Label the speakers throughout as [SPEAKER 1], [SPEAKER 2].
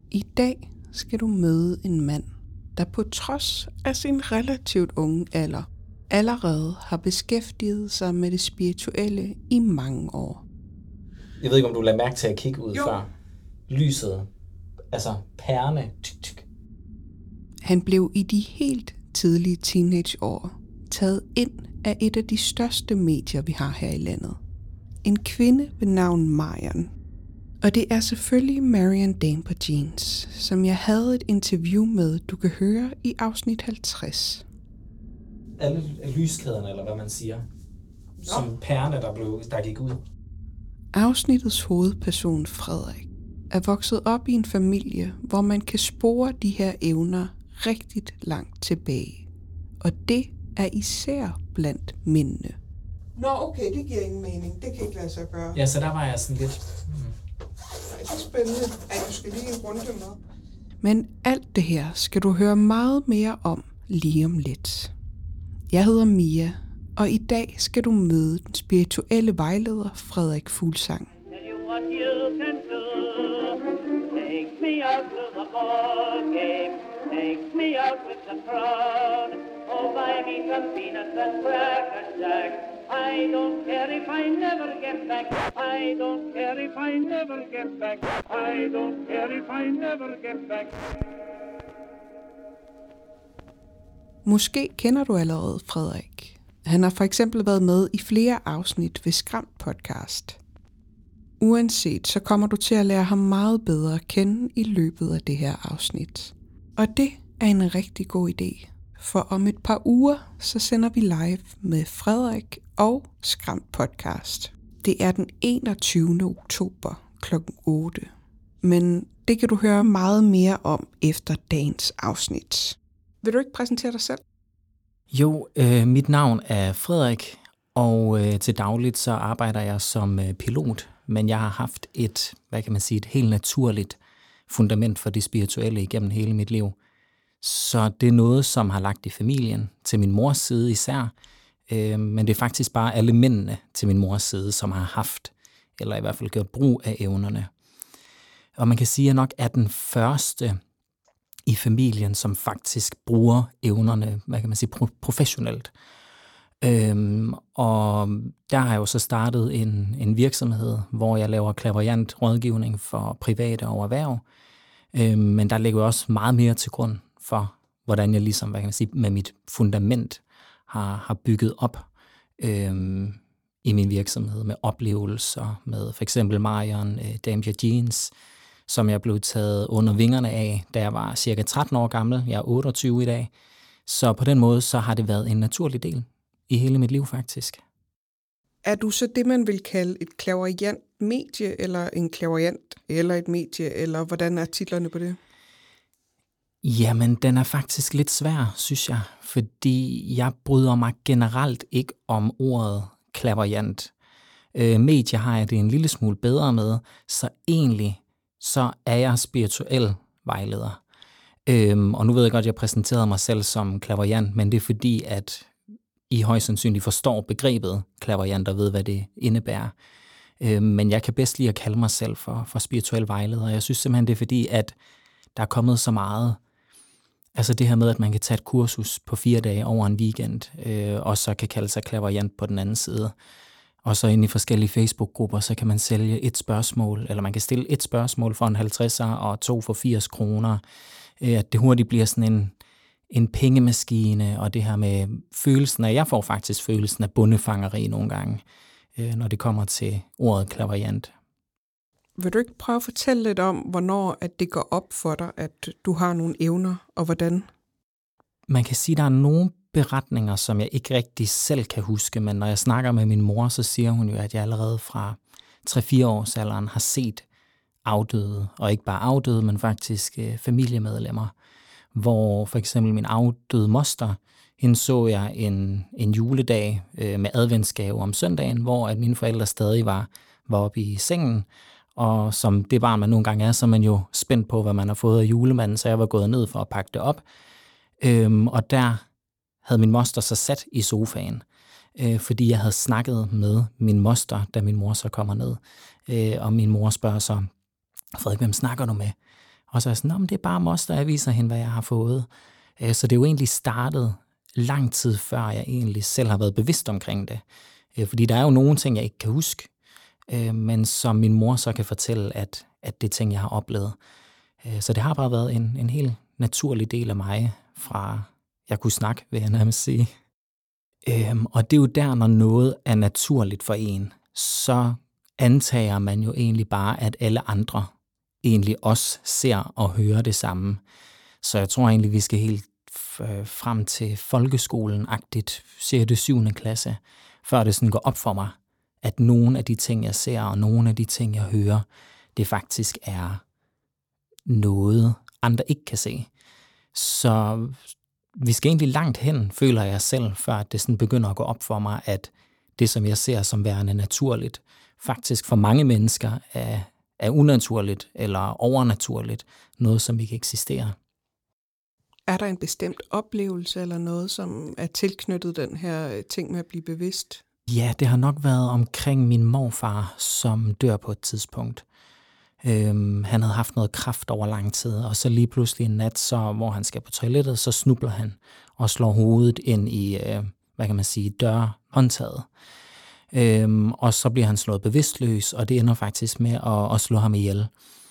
[SPEAKER 1] I dag skal du møde en mand, der på trods af sin relativt unge alder allerede har beskæftiget sig med det spirituelle i mange år.
[SPEAKER 2] Jeg ved ikke, om du lader mærke til at kigge ud før. Lyset, altså pærerne. Tyk.
[SPEAKER 1] Han blev i de helt tidlige teenageår taget ind af et af de største medier, vi har her i landet. En kvinde ved navn Marion. Og det er selvfølgelig Marion Damper-Jeans, som jeg havde et interview med, du kan høre i afsnit 50.
[SPEAKER 2] Alle lyskæderne, eller hvad man siger, som pærerne, der gik ud.
[SPEAKER 1] Afsnittets hovedperson Frederik er vokset op i en familie, hvor man kan spore de her evner rigtig langt tilbage. Og det er især blandt mændene. Nå, okay, det giver ingen mening. Det kan ikke lade sig gøre.
[SPEAKER 2] Ja, så der var jeg sådan lidt...
[SPEAKER 1] Det er spændende, at du skal lige en runde med. Men alt det her skal du høre meget mere om lige om lidt. Jeg hedder Mia, og i dag skal du møde den spirituelle vejleder Frederik Fuglsang.
[SPEAKER 3] I don't care if I never get back. I don't care if I never get back. I don't care if I never get back.
[SPEAKER 1] Måske kender du allerede Frederik. Han har for eksempel været med i flere afsnit ved Skræmt podcast. Uanset, så kommer du til at lære ham meget bedre at kende i løbet af det her afsnit. Og det er en rigtig god idé. For om et par uger, så sender vi live med Frederik og Skræmt podcast. Det er den 21. oktober kl. 8. Men det kan du høre meget mere om efter dagens afsnit. Vil du ikke præsentere dig selv?
[SPEAKER 2] Jo, mit navn er Frederik, og til dagligt så arbejder jeg som pilot. Men jeg har haft et helt naturligt fundament for det spirituelle igennem hele mit liv. Så det er noget, som har lagt i familien, til min mors side især, men det er faktisk bare alle mændene til min mors side, som har haft, eller i hvert fald gjort brug af evnerne. Og man kan sige, at jeg nok er den første i familien, som faktisk bruger evnerne, professionelt. Og der har jeg jo så startet en virksomhed, hvor jeg laver clairvoyant rådgivning for private og erhverv, men der ligger også meget mere til grund for, hvordan jeg ligesom, med mit fundament har bygget op i min virksomhed med oplevelser, med for eksempel Marion Damper-Jeans, som jeg blev taget under vingerne af, da jeg var cirka 13 år gammel. Jeg er 28 i dag. Så på den måde, så har det været en naturlig del i hele mit liv faktisk.
[SPEAKER 1] Er du så det, man vil kalde et clairvoyant medie, eller en clairvoyant, eller et medie, eller hvordan er titlerne på det?
[SPEAKER 2] Jamen, den er faktisk lidt svær, synes jeg, fordi jeg bryder mig generelt ikke om ordet clairvoyant. Medie har jeg det en lille smule bedre med, så egentlig så er jeg spirituel vejleder. Og nu ved jeg godt, at jeg præsenterede mig selv som clairvoyant, men det er fordi, at I højst sandsynligt forstår begrebet clairvoyant og ved, hvad det indebærer. Men jeg kan bedst lide at kalde mig selv for spirituel vejleder. Jeg synes simpelthen, det er fordi, at der er kommet så meget. Altså det her med, at man kan tage et kursus på 4 dage over en weekend, og så kan kalde sig clairvoyant på den anden side. Og så inde i forskellige Facebook-grupper, så kan man sælge et spørgsmål, eller man kan stille et spørgsmål for en 50'er og 2 for 80 kroner. At det hurtigt bliver sådan en pengemaskine, og det her med følelsen af, jeg får faktisk følelsen af bondefangeri nogle gange, når det kommer til ordet clairvoyant.
[SPEAKER 1] Vil du ikke prøve at fortælle lidt om, hvornår at det går op for dig, at du har nogle evner, og hvordan?
[SPEAKER 2] Man kan sige, at der er nogle beretninger, som jeg ikke rigtig selv kan huske, men når jeg snakker med min mor, så siger hun jo, at jeg allerede fra 3-4 års alderen har set afdøde, og ikke bare afdøde, men faktisk familiemedlemmer, hvor for eksempel min afdøde moster, hende så jeg en juledag med adventsgave om søndagen, hvor at mine forældre stadig var oppe i sengen, og som det barn, man nogle gange er, så er man jo spændt på, hvad man har fået af julemanden, så jeg var gået ned for at pakke det op. Og der havde min moster så sat i sofaen, fordi jeg havde snakket med min moster, da min mor så kommer ned. Og min mor spørger så, Frederik, hvem snakker du med? Og så er jeg sådan, det er bare moster, jeg viser hende, hvad jeg har fået. Så det er jo egentlig startet lang tid før, jeg egentlig selv har været bevidst omkring det. Fordi der er jo nogle ting, jeg ikke kan huske, men som min mor så kan fortælle, at det er ting, jeg har oplevet. Så det har bare været en helt naturlig del af mig, fra jeg kunne snakke, vil jeg nærmest sige. Og det er jo der, når noget er naturligt for en, så antager man jo egentlig bare, at alle andre egentlig også ser og hører det samme. Så jeg tror egentlig, vi skal helt frem til folkeskolen-agtigt 6. og 7. klasse, før det sådan går op for mig, at nogle af de ting, jeg ser, og nogle af de ting, jeg hører, det faktisk er noget, andre ikke kan se. Så vi skal egentlig langt hen, føler jeg selv, før det sådan begynder at gå op for mig, at det, som jeg ser som værende naturligt, faktisk for mange mennesker er unaturligt eller overnaturligt, noget, som ikke eksisterer.
[SPEAKER 1] Er der en bestemt oplevelse eller noget, som er tilknyttet den her ting med at blive bevidst?
[SPEAKER 2] Ja, det har nok været omkring min morfar, som dør på et tidspunkt. Han havde haft noget kræft over lang tid, og så lige pludselig en nat, så, hvor han skal på toilettet, så snubler han og slår hovedet ind i, dørhåndtaget. Og så bliver han slået bevidstløs, og det ender faktisk med at slå ham ihjel.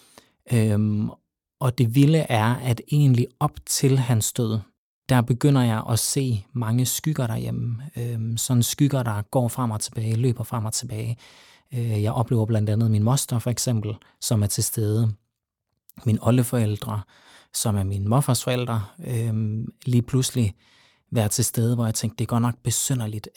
[SPEAKER 2] Og det vilde er, at egentlig op til hans død, der begynder jeg at se mange skygger derhjemme. Sådan skygger, der går frem og tilbage, løber frem og tilbage. Jeg oplever blandt andet min moster for eksempel, som er til stede. Mine oldeforældre, som er min morfars forældre, lige pludselig være til stede, hvor jeg tænkte, det er godt nok besynderligt,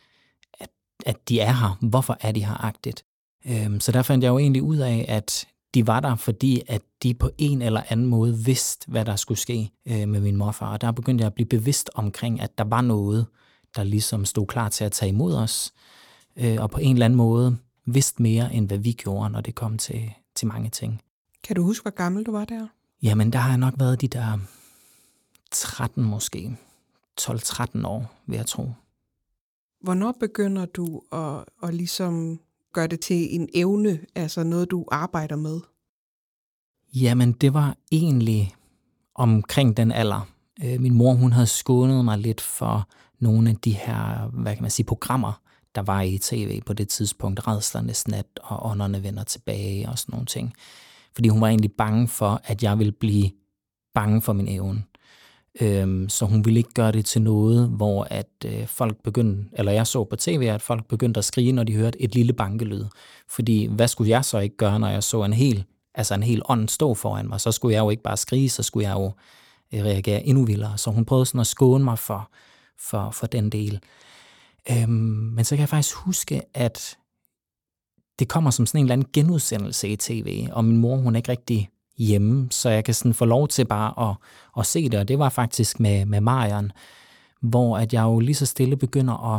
[SPEAKER 2] at de er her. Hvorfor er de her agtigt? Så der fandt jeg jo egentlig ud af, at de var der, fordi at de på en eller anden måde vidste, hvad der skulle ske med min morfar. Og der begyndte jeg at blive bevidst omkring, at der var noget, der ligesom stod klar til at tage imod os. Og på en eller anden måde vidste mere, end hvad vi gjorde, når det kom til mange ting.
[SPEAKER 1] Kan du huske, hvor gammel du var der?
[SPEAKER 2] Jamen, der har jeg nok været de der 13 måske. 12-13 år, vil jeg tro.
[SPEAKER 1] Hvornår begynder du at ligesom gøre det til en evne, altså noget, du arbejder med? Jamen, det var egentlig omkring den alder. Min mor, hun havde skånet mig lidt for nogle af de her, programmer, der var i tv på det tidspunkt. Rædslernes nat og Ånderne vender tilbage og sådan nogle ting. Fordi hun var egentlig bange for, at jeg ville blive bange for min evne. Så hun ville ikke gøre det til noget, hvor at folk begyndte, eller jeg så på tv, at folk begyndte at skrige, når de hørte et lille bankelyd. Fordi hvad skulle jeg så ikke gøre, når jeg så en hel ånd stå foran mig? Så skulle jeg jo ikke bare skrige, så skulle jeg jo reagere endnu vildere. Så hun prøvede sådan at skåne mig for den del. Men så kan jeg faktisk huske, at det kommer som sådan en eller anden genudsendelse i tv, og min mor, hun er ikke rigtig hjemme, så jeg kan sådan få lov til bare at se det, og det var faktisk med Marion, hvor at jeg jo lige så stille begynder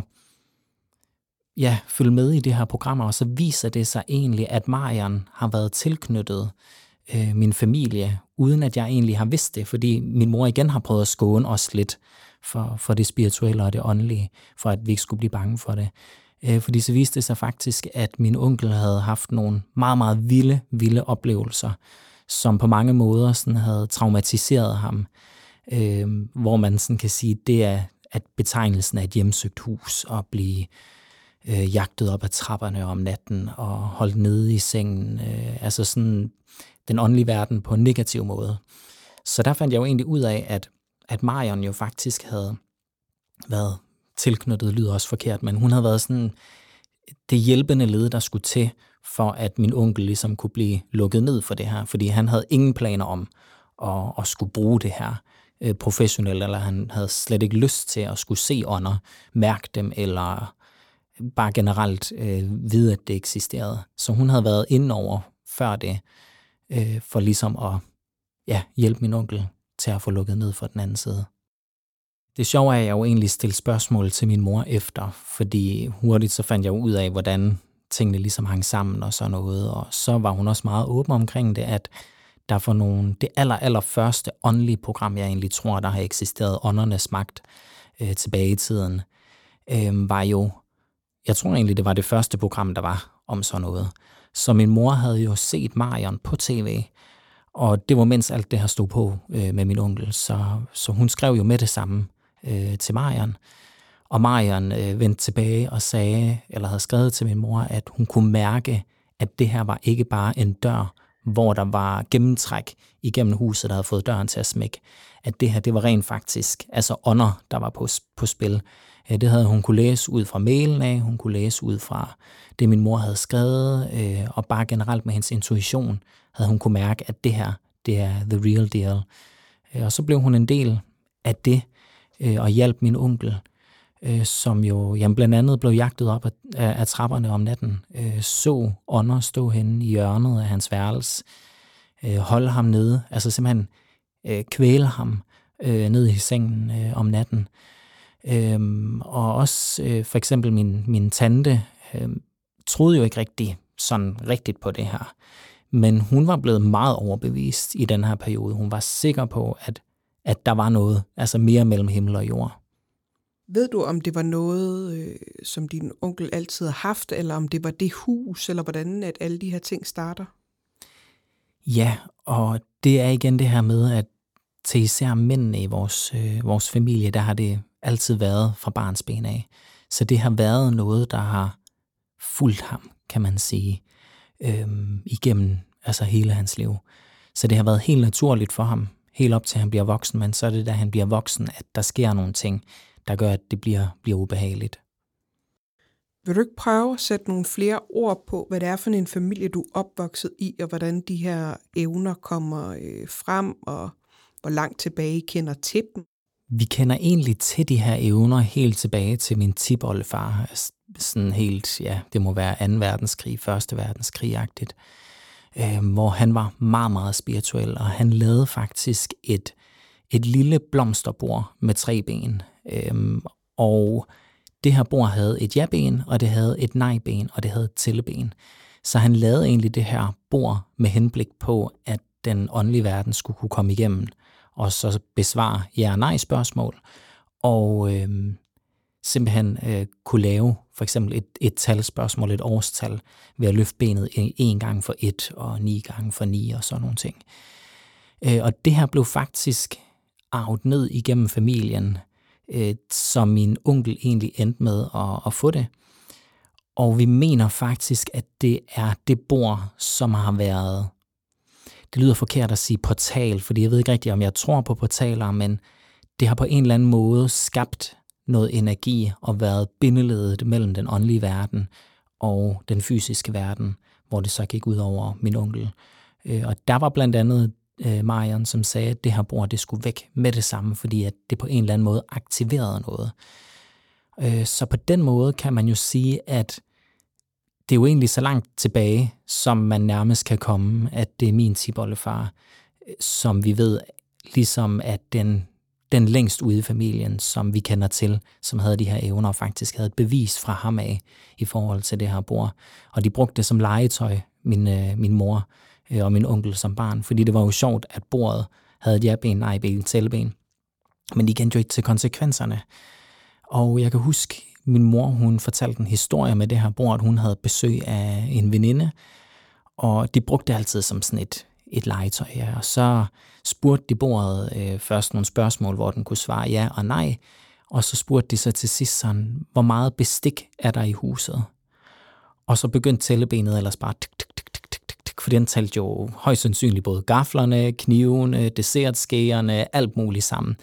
[SPEAKER 1] at følge med i det her program, og så viser det sig egentlig, at Marion har været tilknyttet min familie, uden at jeg egentlig har vidst det, fordi min mor igen har prøvet at skåne os lidt for det spirituelle og det åndelige, for at vi ikke skulle blive bange for det. Fordi så viste det sig faktisk, at min onkel havde haft nogle meget, meget vilde oplevelser, som på mange måder sådan havde traumatiseret ham, hvor man sådan kan sige, det er at betegnelsen af et hjemsøgt hus, og blive jagtet op ad trapperne om natten, og holdt nede i sengen, altså sådan den åndelige verden på en negativ måde. Så der fandt jeg jo egentlig ud af, at Marion jo faktisk havde været tilknyttet, lyder også forkert, men hun havde været sådan det hjælpende led, der skulle til, for at min onkel ligesom kunne blive lukket ned for det her, fordi han havde ingen planer om at skulle bruge det her professionelt, eller han havde slet ikke lyst til at skulle se ånder, mærke dem, eller bare generelt vide, at det eksisterede. Så hun havde været inde over før det, for ligesom at hjælpe min onkel til at få lukket ned for den anden side. Det sjove er, at jeg jo egentlig stillede spørgsmål til min mor efter, fordi hurtigt så fandt jeg ud af, hvordan tingene ligesom hang sammen og sådan noget, og så var hun også meget åben omkring det, at der for det allerførste åndelige program, jeg egentlig tror, der har eksisteret, Åndernes Magt, tilbage i tiden, var jo, jeg tror egentlig, det var det første program, der var om sådan noget. Så min mor havde jo set Marion på tv,
[SPEAKER 2] Og det var mens alt det her stod på med min onkel, så hun skrev jo med det samme til Marian. Og Marian vendte tilbage og sagde, eller havde skrevet til min mor, at hun kunne mærke, at det her var ikke bare en dør, hvor der var gennemtræk igennem huset, der havde fået døren til at smække. At det her, det var rent faktisk, altså ånder, der var på spil. Det havde hun kunne læse ud fra mailen af, hun kunne læse ud fra det, min mor havde skrevet, og bare generelt med hendes intuition havde hun kunne mærke, at det her, det er the real deal. Og så blev hun en del af det, og hjalp min onkel, som jo blandt andet blev jagtet op af trapperne om natten, så ånder stå henne i hjørnet af hans værelse, holde ham nede, altså simpelthen kvæle ham ned i sengen om natten. Og også for eksempel min tante troede jo ikke rigtigt på det her, men hun var blevet meget overbevist i den her periode. Hun var sikker på, at der var noget, altså mere mellem himmel og jord.
[SPEAKER 1] Ved du, om det var noget, som din onkel altid har haft, eller om det var det hus, eller hvordan at alle de her ting starter?
[SPEAKER 2] Ja, og det er igen det her med, at til især mændene i vores familie, der har det altid været fra barnsben af. Så det har været noget, der har fulgt ham, kan man sige, igennem altså hele hans liv. Så det har været helt naturligt for ham, helt op til han bliver voksen, men så er det, da han bliver voksen, at der sker nogle ting, der gør, at det bliver ubehageligt.
[SPEAKER 1] Vil du ikke prøve at sætte nogle flere ord på, hvad det er for en familie, du er opvokset i, og hvordan de her evner kommer frem, og hvor langt tilbage I kender til dem?
[SPEAKER 2] Vi kender egentlig til de her evner helt tilbage til min tipoldefar. Sådan helt, det må være 2. verdenskrig, 1. verdenskrig-agtigt. Hvor han var meget, meget spirituel, og han lavede faktisk et lille blomsterbord med 3 ben. Og det her bord havde et ja-ben, og det havde et nej-ben, og det havde et tælleben. Så han lavede egentlig det her bord med henblik på, at den åndelige verden skulle kunne komme igennem, og så besvare ja- og nej-spørgsmål, og simpelthen kunne lave for eksempel et talspørgsmål, et årstal, ved at løfte benet 1 gang for 1, og 9 gange for 9, og sådan nogle ting. Og det her blev faktisk arvet ned igennem familien, som min onkel egentlig endte med at få det. Og vi mener faktisk, at det er det bord, som har været, det lyder forkert at sige portal, fordi jeg ved ikke rigtigt, om jeg tror på portaler, men det har på en eller anden måde skabt noget energi og været bindeledet mellem den åndelige verden og den fysiske verden, hvor det så gik ud over min onkel. Og der var blandt andet Marian, som sagde, at det her bord, det skulle væk med det samme, fordi at det på en eller anden måde aktiverede noget. Så på den måde kan man jo sige, at det er jo egentlig så langt tilbage, som man nærmest kan komme, at det er min tipoldefar, som vi ved, ligesom at den længst ude i familien, som vi kender til, som havde de her evner, og faktisk havde et bevis fra ham af i forhold til det her bord. Og de brugte det som legetøj, min mor og min onkel som barn, fordi det var jo sjovt, at bordet havde et ja-ben, nej-ben, tælleben. Men de kendte jo ikke til konsekvenserne. Og jeg kan huske, min mor, hun fortalte en historie med det her bord, at hun havde besøg af en veninde, og de brugte det altid som sådan et legetøj. Ja. Og så spurgte de bordet først nogle spørgsmål, hvor den kunne svare ja og nej, og så spurgte de så til sidst sådan, hvor meget bestik er der i huset? Og så begyndte tællebenet ellers bare for den talte jo højst sandsynligt både gaflerne, knivene, dessertskæerne, alt muligt sammen.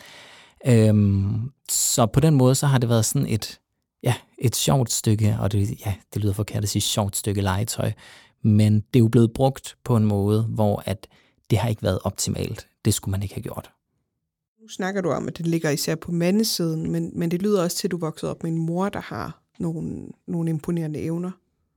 [SPEAKER 2] Så på den måde, så har det været sådan et sjovt stykke, og det lyder forkert at sige sjovt stykke legetøj, men det er jo blevet brugt på en måde, hvor at det har ikke været optimalt. Det skulle man ikke have gjort.
[SPEAKER 1] Nu snakker du om, at det ligger især på mandesiden, men det lyder også til, at du voksede op med en mor, der har nogle imponerende evner.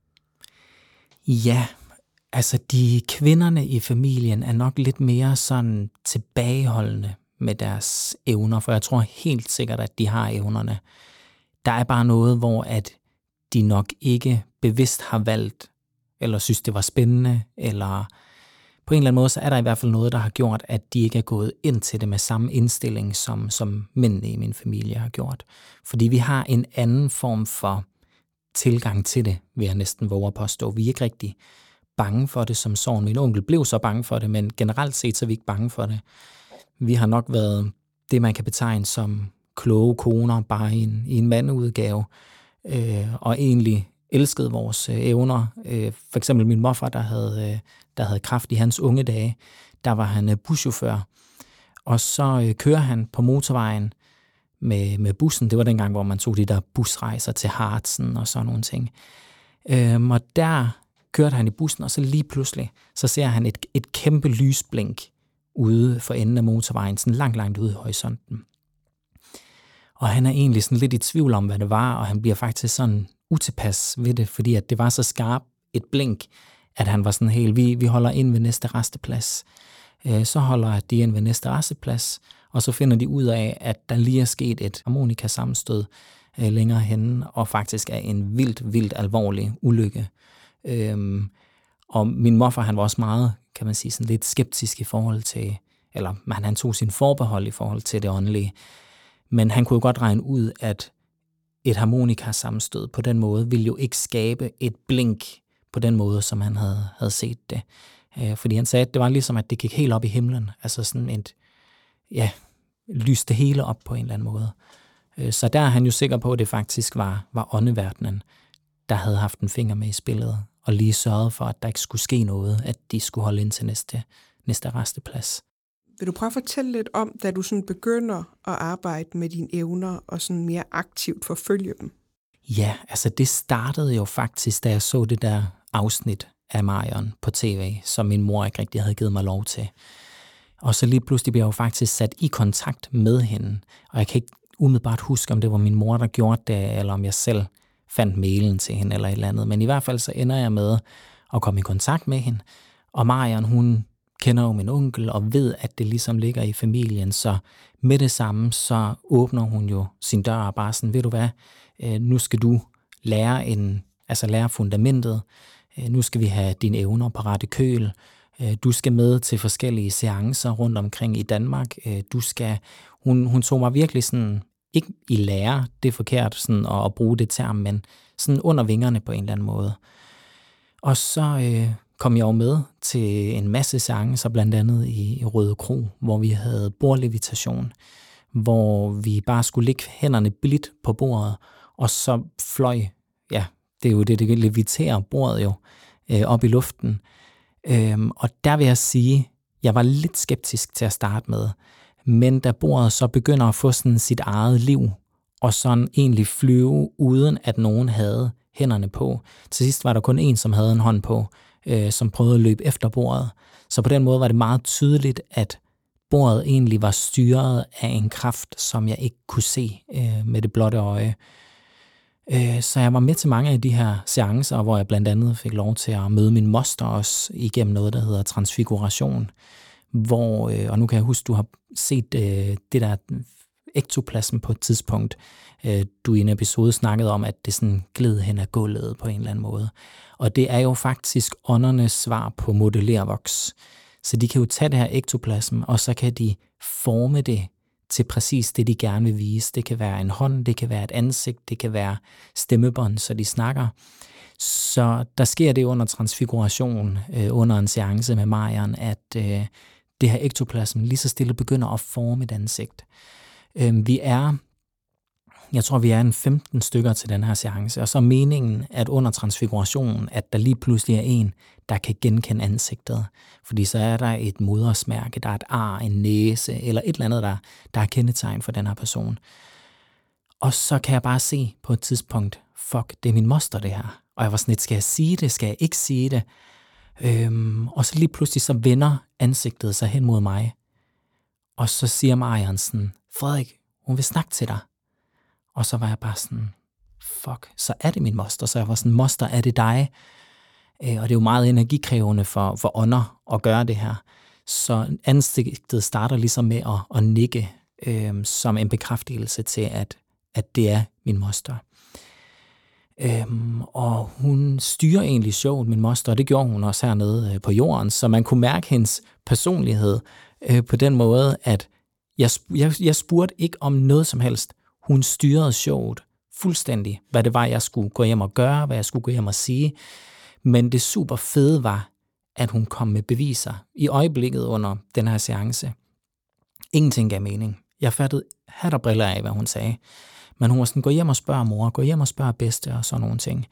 [SPEAKER 2] Ja, altså de kvinderne i familien er nok lidt mere sådan tilbageholdende med deres evner, for jeg tror helt sikkert, at de har evnerne. Der er bare noget, hvor at de nok ikke bevidst har valgt, eller synes, det var spændende, eller på en eller anden måde, så er der i hvert fald noget, der har gjort, at de ikke er gået ind til det med samme indstilling, som mændene i min familie har gjort. Fordi vi har en anden form for tilgang til det, vil jeg næsten våge at påstå. Vi er ikke rigtig bange for det som sådan. Min onkel blev så bange for det, men generelt set så er vi ikke bange for det. Vi har nok været det, man kan betegne som kloge koner, bare i en mandeudgave, og egentlig elskede vores evner. For eksempel min morfar, der havde kræft i hans unge dage, der var han buschauffør, og så kører han på motorvejen med bussen. Det var dengang, hvor man tog de der busrejser til Harzen og sådan nogle ting. Og der kørte han i bussen, og så lige pludselig, så ser han et kæmpe lysblink ude for enden af motorvejen, sådan langt ude i horisonten. Og han er egentlig sådan lidt i tvivl om, hvad det var, og han bliver faktisk sådan utilpas ved det, fordi at det var så skarpt et blink, at han var sådan helt, vi holder ind ved næste resteplads. Så holder de ind ved næste resteplads, og så finder de ud af, at der lige er sket et harmonikasammenstød længere henne, og faktisk er en vildt alvorlig ulykke. Og min morfar, han var også meget, kan man sige, sådan lidt skeptisk i forhold til, eller han tog sin forbehold i forhold til det åndelige, men han kunne jo godt regne ud, at et harmonikasammenstød på den måde ville jo ikke skabe et blink på den måde, som han havde set det. Fordi han sagde, at det var ligesom, at det gik helt op i himlen, altså sådan lyste hele op på en eller anden måde. Så der er han jo sikker på, at det faktisk var åndeverdenen, der havde haft en finger med i spillet, og lige sørget for, at der ikke skulle ske noget, at de skulle holde ind til næste resteplads.
[SPEAKER 1] Vil du prøve at fortælle lidt om, da du sådan begynder at arbejde med dine evner, og sådan mere aktivt forfølge dem?
[SPEAKER 2] Ja, altså det startede jo faktisk, da jeg så det der afsnit af Marion på tv, som min mor ikke rigtig havde givet mig lov til. Og så lige pludselig blev jeg jo faktisk sat i kontakt med hende, og jeg kan ikke umiddelbart huske, om det var min mor, der gjorde det, eller om jeg selv fandt mailen til hende eller et eller andet. Men i hvert fald så ender jeg med at komme i kontakt med hende. Og Marion, hun kender jo min onkel og ved, at det ligesom ligger i familien. Så med det samme, så åbner hun jo sin dør og bare sådan, ved du hvad, nu skal du lære fundamentet. Nu skal vi have dine evner på rette køl. Du skal med til forskellige seancer rundt omkring i Danmark. Hun tog mig virkelig sådan, ikke i lære, det er forkert sådan at bruge det term, men sådan under vingerne på en eller anden måde. Og så kom jeg jo med til en masse seancer, blandt andet i Røde Kro, hvor vi havde bordlevitation, hvor vi bare skulle lægge hænderne blidt på bordet, og så fløj, det er jo det leviterer bordet jo, op i luften. Og der vil jeg sige, jeg var lidt skeptisk til at starte med, men da bordet så begynder at få sådan sit eget liv, og sådan egentlig flyve, uden at nogen havde hænderne på. Til sidst var der kun en, som havde en hånd på, som prøvede at løbe efter bordet. Så på den måde var det meget tydeligt, at bordet egentlig var styret af en kraft, som jeg ikke kunne se med det blotte øje. Så jeg var med til mange af de her seancer, hvor jeg blandt andet fik lov til at møde min moster også igennem noget, der hedder transfiguration, hvor, og nu kan jeg huske, du har set det der ektoplasm på et tidspunkt. Du i en episode snakkede om, at det sådan gled hen ad gulvet på en eller anden måde. Og det er jo faktisk åndernes svar på modellervoks. Så de kan jo tage det her ektoplasm, og så kan de forme det til præcis det, de gerne vil vise. Det kan være en hånd, det kan være et ansigt, det kan være stemmebånd, så de snakker. Så der sker det under transfiguration, under en seance med Marion, at det her ektoplasm lige så stille begynder at forme et ansigt. Jeg tror, vi er en 15 stykker til den her seance, og så er meningen, at under transfigurationen, at der lige pludselig er en, der kan genkende ansigtet. Fordi så er der et modersmærke, der er et ar, en næse, eller et eller andet, der er kendetegn for den her person. Og så kan jeg bare se på et tidspunkt, fuck, det er min moster det her. Og jeg var sådan lidt, skal jeg sige det, skal jeg ikke sige det? Og så lige pludselig så vender ansigtet sig hen mod mig. Og så siger Marion sådan, Frederik, hun vil snakke til dig. Og så var jeg bare sådan, fuck, så er det min moster. Så jeg var sådan, moster, er det dig? Og det er jo meget energikrævende for ånder at gøre det her. Så ansigtet starter ligesom med at nikke som en bekræftelse til, at det er min moster. Og hun styrer egentlig showet, min moster, og det gjorde hun også hernede på jorden. Så man kunne mærke hendes personlighed på den måde, at jeg spurgte ikke om noget som helst. Hun styrede showet fuldstændig, hvad det var, jeg skulle gå hjem og gøre, hvad jeg skulle gå hjem og sige. Men det super fede var, at hun kom med beviser i øjeblikket under den her seance. Ingenting gav mening. Jeg fattede hat og briller af, hvad hun sagde. Men hun var sådan, gå hjem og spørg mor, gå hjem og spørg bedste og sådan nogle ting.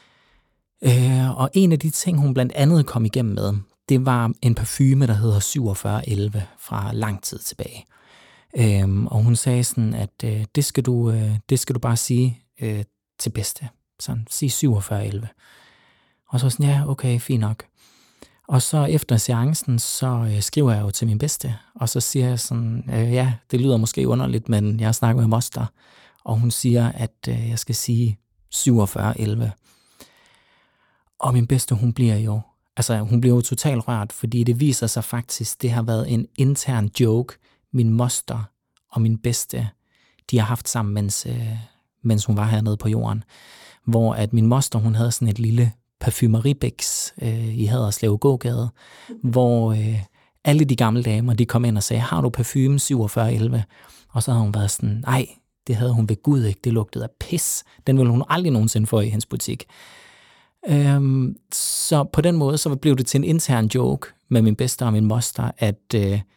[SPEAKER 2] Og en af de ting, hun blandt andet kom igennem med, det var en parfume, der hedder 4711 fra lang tid tilbage. Og hun sagde sådan, at det skal du bare sige til bedste. Sådan, sig 4711. Og så sådan, ja, okay, fint nok. Og så efter seancen, så skriver jeg jo til min bedste, og så siger jeg sådan, ja, det lyder måske underligt, men jeg har snakket med moster, og hun siger, at jeg skal sige 4711. Og min bedste, hun bliver jo totalt rørt, fordi det viser sig faktisk, det har været en intern joke, min moster og min bedste, de har haft sammen, mens hun var hernede på jorden. Hvor at min moster, hun havde sådan et lille parfumeribæks i Haderslev gågade, hvor alle de gamle damer, de kom ind og sagde, har du parfume 4711? Og så havde hun været sådan, nej, det havde hun ved Gud ikke, det lugtede af pis. Den ville hun aldrig nogensinde få i hendes butik. Så på den måde, så blev det til en intern joke med min bedste og min moster, at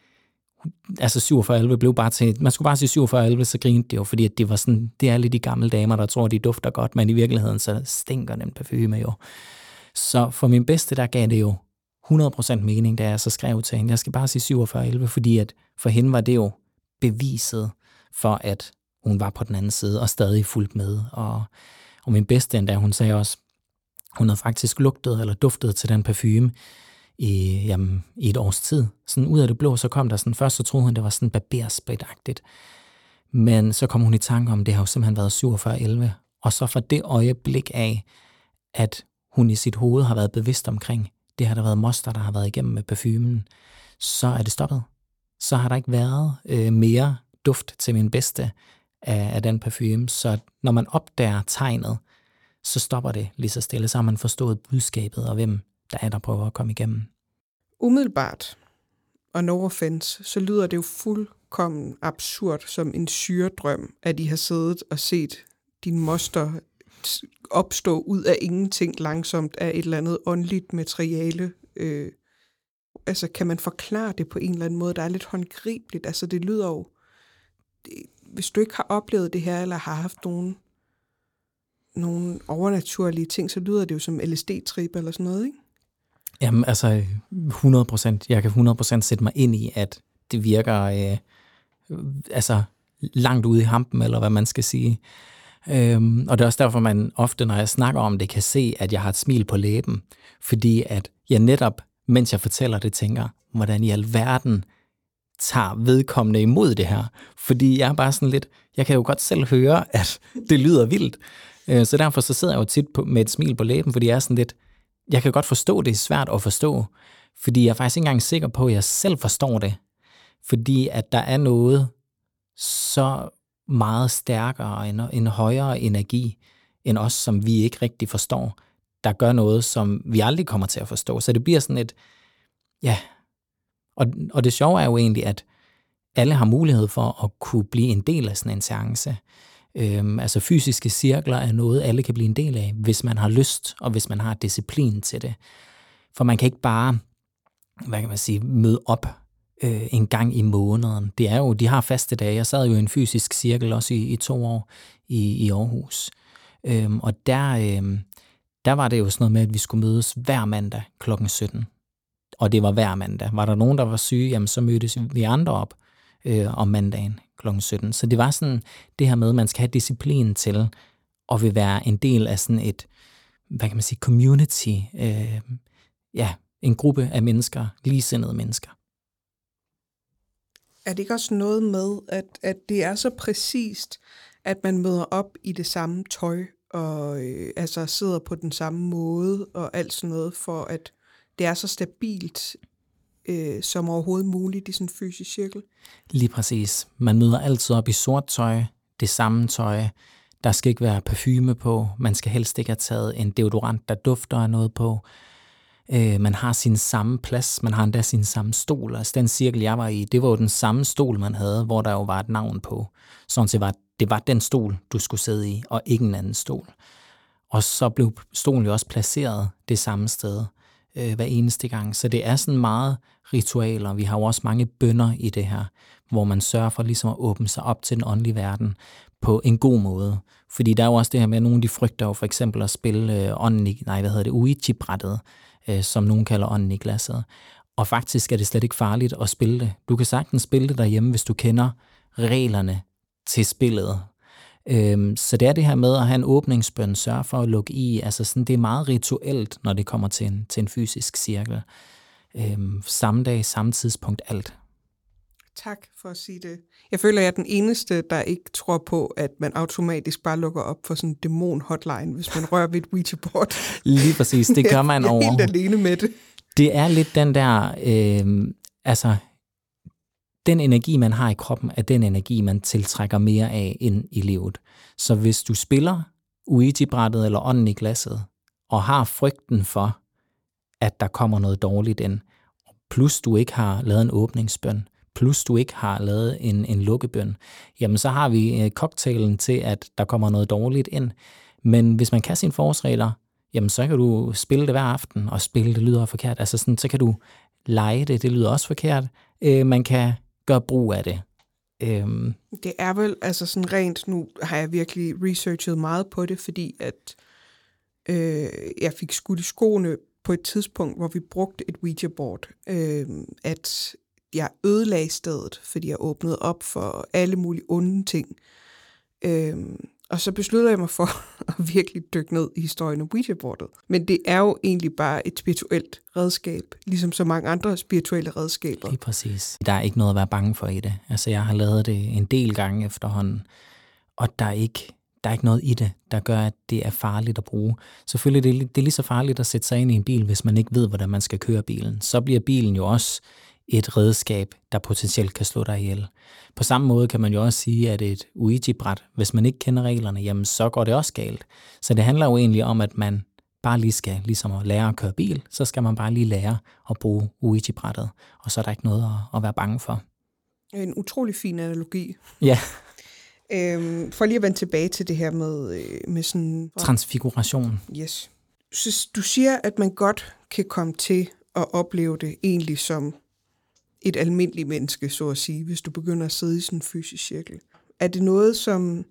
[SPEAKER 2] 4711 blev bare til, man skulle bare sige 4711, så grinte det jo, fordi at det var sådan, det er alle de gamle damer, der tror, de dufter godt, men i virkeligheden, så stinker den parfume jo. Så for min bedste, der gav det jo 100% mening, da jeg så skrev til hende, jeg skal bare sige 4711, fordi at for hende var det jo beviset for, at hun var på den anden side, og stadig fulgt med, og min bedste endda, hun sagde også, hun havde faktisk lugtet eller duftet til den parfume i et års tid. Sådan ud af det blå, så kom der sådan, først så troede hun, det var sådan barbersprit-agtigt. Men så kom hun i tanke om, det har jo simpelthen været 4711. Og så fra det øjeblik af, at hun i sit hoved har været bevidst omkring, det har der været moster, der har været igennem med parfumen, så er det stoppet. Så har der ikke været mere duft til min bedste af den parfume. Så når man opdager tegnet, så stopper det lige så stille, så har man forstået budskabet, og hvem der prøver at komme igennem.
[SPEAKER 1] Umiddelbart, og no offense, så lyder det jo fuldkommen absurd som en syredrøm, at de har siddet og set din moster opstå ud af ingenting langsomt af et eller andet åndeligt materiale. Kan man forklare det på en eller anden måde, der er lidt håndgribeligt? Altså det lyder jo, hvis du ikke har oplevet det her, eller har haft nogle overnaturlige ting, så lyder det jo som LSD-trip eller sådan noget, ikke?
[SPEAKER 2] Jamen 100%. Jeg kan 100% sætte mig ind i, at det virker langt ude i hampen, eller hvad man skal sige. Og det er også derfor, man ofte, når jeg snakker om det, kan se, at jeg har et smil på læben. Fordi at jeg netop, mens jeg fortæller det, tænker, hvordan i alverden tager vedkommende imod det her. Fordi jeg er bare sådan lidt, jeg kan jo godt selv høre, at det lyder vildt. Så derfor så sidder jeg jo tit med et smil på læben, fordi jeg er sådan lidt, jeg kan godt forstå, det er svært at forstå, fordi jeg er faktisk ikke engang sikker på, at jeg selv forstår det. Fordi at der er noget så meget stærkere, en højere energi end os, som vi ikke rigtig forstår, der gør noget, som vi aldrig kommer til at forstå. Så det bliver sådan et, ja, og det sjove er jo egentlig, at alle har mulighed for at kunne blive en del af sådan en seance. Fysiske cirkler er noget, alle kan blive en del af, hvis man har lyst, og hvis man har disciplin til det. For man kan ikke bare, møde op en gang i måneden. Det er jo, de har faste dage. Jeg sad jo i en fysisk cirkel også i 2 år i Aarhus. Og der var det jo sådan noget med, at vi skulle mødes hver mandag kl. 17. Og det var hver mandag. Var der nogen, der var syge, jamen så mødtes vi andre op om mandagen kl. 17. Så det var sådan det her med, at man skal have disciplin til at vil være en del af sådan et, community. En gruppe af mennesker, ligesindede mennesker.
[SPEAKER 1] Er det ikke også noget med, at det er så præcist, at man møder op i det samme tøj, og sidder på den samme måde, og alt sådan noget, for at det er så stabilt som overhovedet muligt i sådan en fysisk cirkel? Lige
[SPEAKER 2] præcis. Man møder altid op i sort tøj, det samme tøj. Der skal ikke være parfume på. Man skal helst ikke have taget en deodorant, der dufter af noget på. Man har sin samme plads, man har endda sin samme stol. Altså den cirkel, jeg var i, det var jo den samme stol, man havde, hvor der jo var et navn på. Sådan set det var den stol, du skulle sidde i, og ikke en anden stol. Og så blev stolen jo også placeret det samme sted hver eneste gang. Så det er sådan meget ritualer. Vi har jo også mange bønner i det her, hvor man sørger for ligesom at åbne sig op til den åndelige verden på en god måde. Fordi der er jo også det her med, at nogle de frygter jo for eksempel at spille Ouija-brættet, som nogen kalder ånden i glasset. Og faktisk er det slet ikke farligt at spille det. Du kan sagtens spille det derhjemme, hvis du kender reglerne til spillet. Så det er det her med at have en åbningsbøn, sørge for at lukke i. Altså sådan, det er meget rituelt, når det kommer til en fysisk cirkel. Samme dag, samme tidspunkt, alt.
[SPEAKER 1] Tak for at sige det. Jeg føler, jeg er den eneste, der ikke tror på, at man automatisk bare lukker op for sådan en dæmon-hotline, hvis man rører ved et Ouija-board.
[SPEAKER 2] Lige præcis, det gør man over.
[SPEAKER 1] Jeg er helt alene med det.
[SPEAKER 2] Det er lidt den der, den energi, man har i kroppen, er den energi, man tiltrækker mere af ind i livet. Så hvis du spiller Ouija-brættet eller ånden i glasset, og har frygten for, at der kommer noget dårligt ind, plus du ikke har lavet en åbningsbøn, plus du ikke har lavet en lukkebøn, jamen så har vi cocktailen til, at der kommer noget dårligt ind. Men hvis man kan sine forholdsregler, jamen så kan du spille det hver aften, og spille det lyder forkert. Altså sådan, så kan du lege det lyder også forkert. Man kan gøre brug af det.
[SPEAKER 1] Det er vel altså sådan rent, nu har jeg virkelig researchet meget på det, fordi at jeg fik skudt i skoene på et tidspunkt, hvor vi brugte et Ouija-board, at jeg ødelagde stedet, fordi jeg åbnede op for alle mulige onde ting. Og så besluttede jeg mig for at virkelig dykke ned i historien om Ouija-boardet. Men det er jo egentlig bare et spirituelt redskab, ligesom så mange andre spirituelle redskaber.
[SPEAKER 2] Lige præcis. Der er ikke noget at være bange for i det. Altså jeg har lavet det en del gange efterhånden, og der er ikke noget i det, der gør, at det er farligt at bruge. Selvfølgelig det er lige så farligt at sætte sig ind i en bil, hvis man ikke ved, hvordan man skal køre bilen. Så bliver bilen jo også et redskab, der potentielt kan slå dig ihjel. På samme måde kan man jo også sige, at et Ouija-bræt, hvis man ikke kender reglerne, jamen så går det også galt. Så det handler jo egentlig om, at man bare lige skal, ligesom at lære at køre bil, så skal man bare lige lære at bruge Ouija-brættet, og så er der ikke noget at være bange for.
[SPEAKER 1] En utrolig fin analogi.
[SPEAKER 2] Ja.
[SPEAKER 1] For lige at vende tilbage til det her med sådan...
[SPEAKER 2] Transfiguration.
[SPEAKER 1] Yes. Så du siger, at man godt kan komme til at opleve det egentlig som et almindeligt menneske, så at sige, hvis du begynder at sidde i sådan en fysisk cirkel. Er det noget, som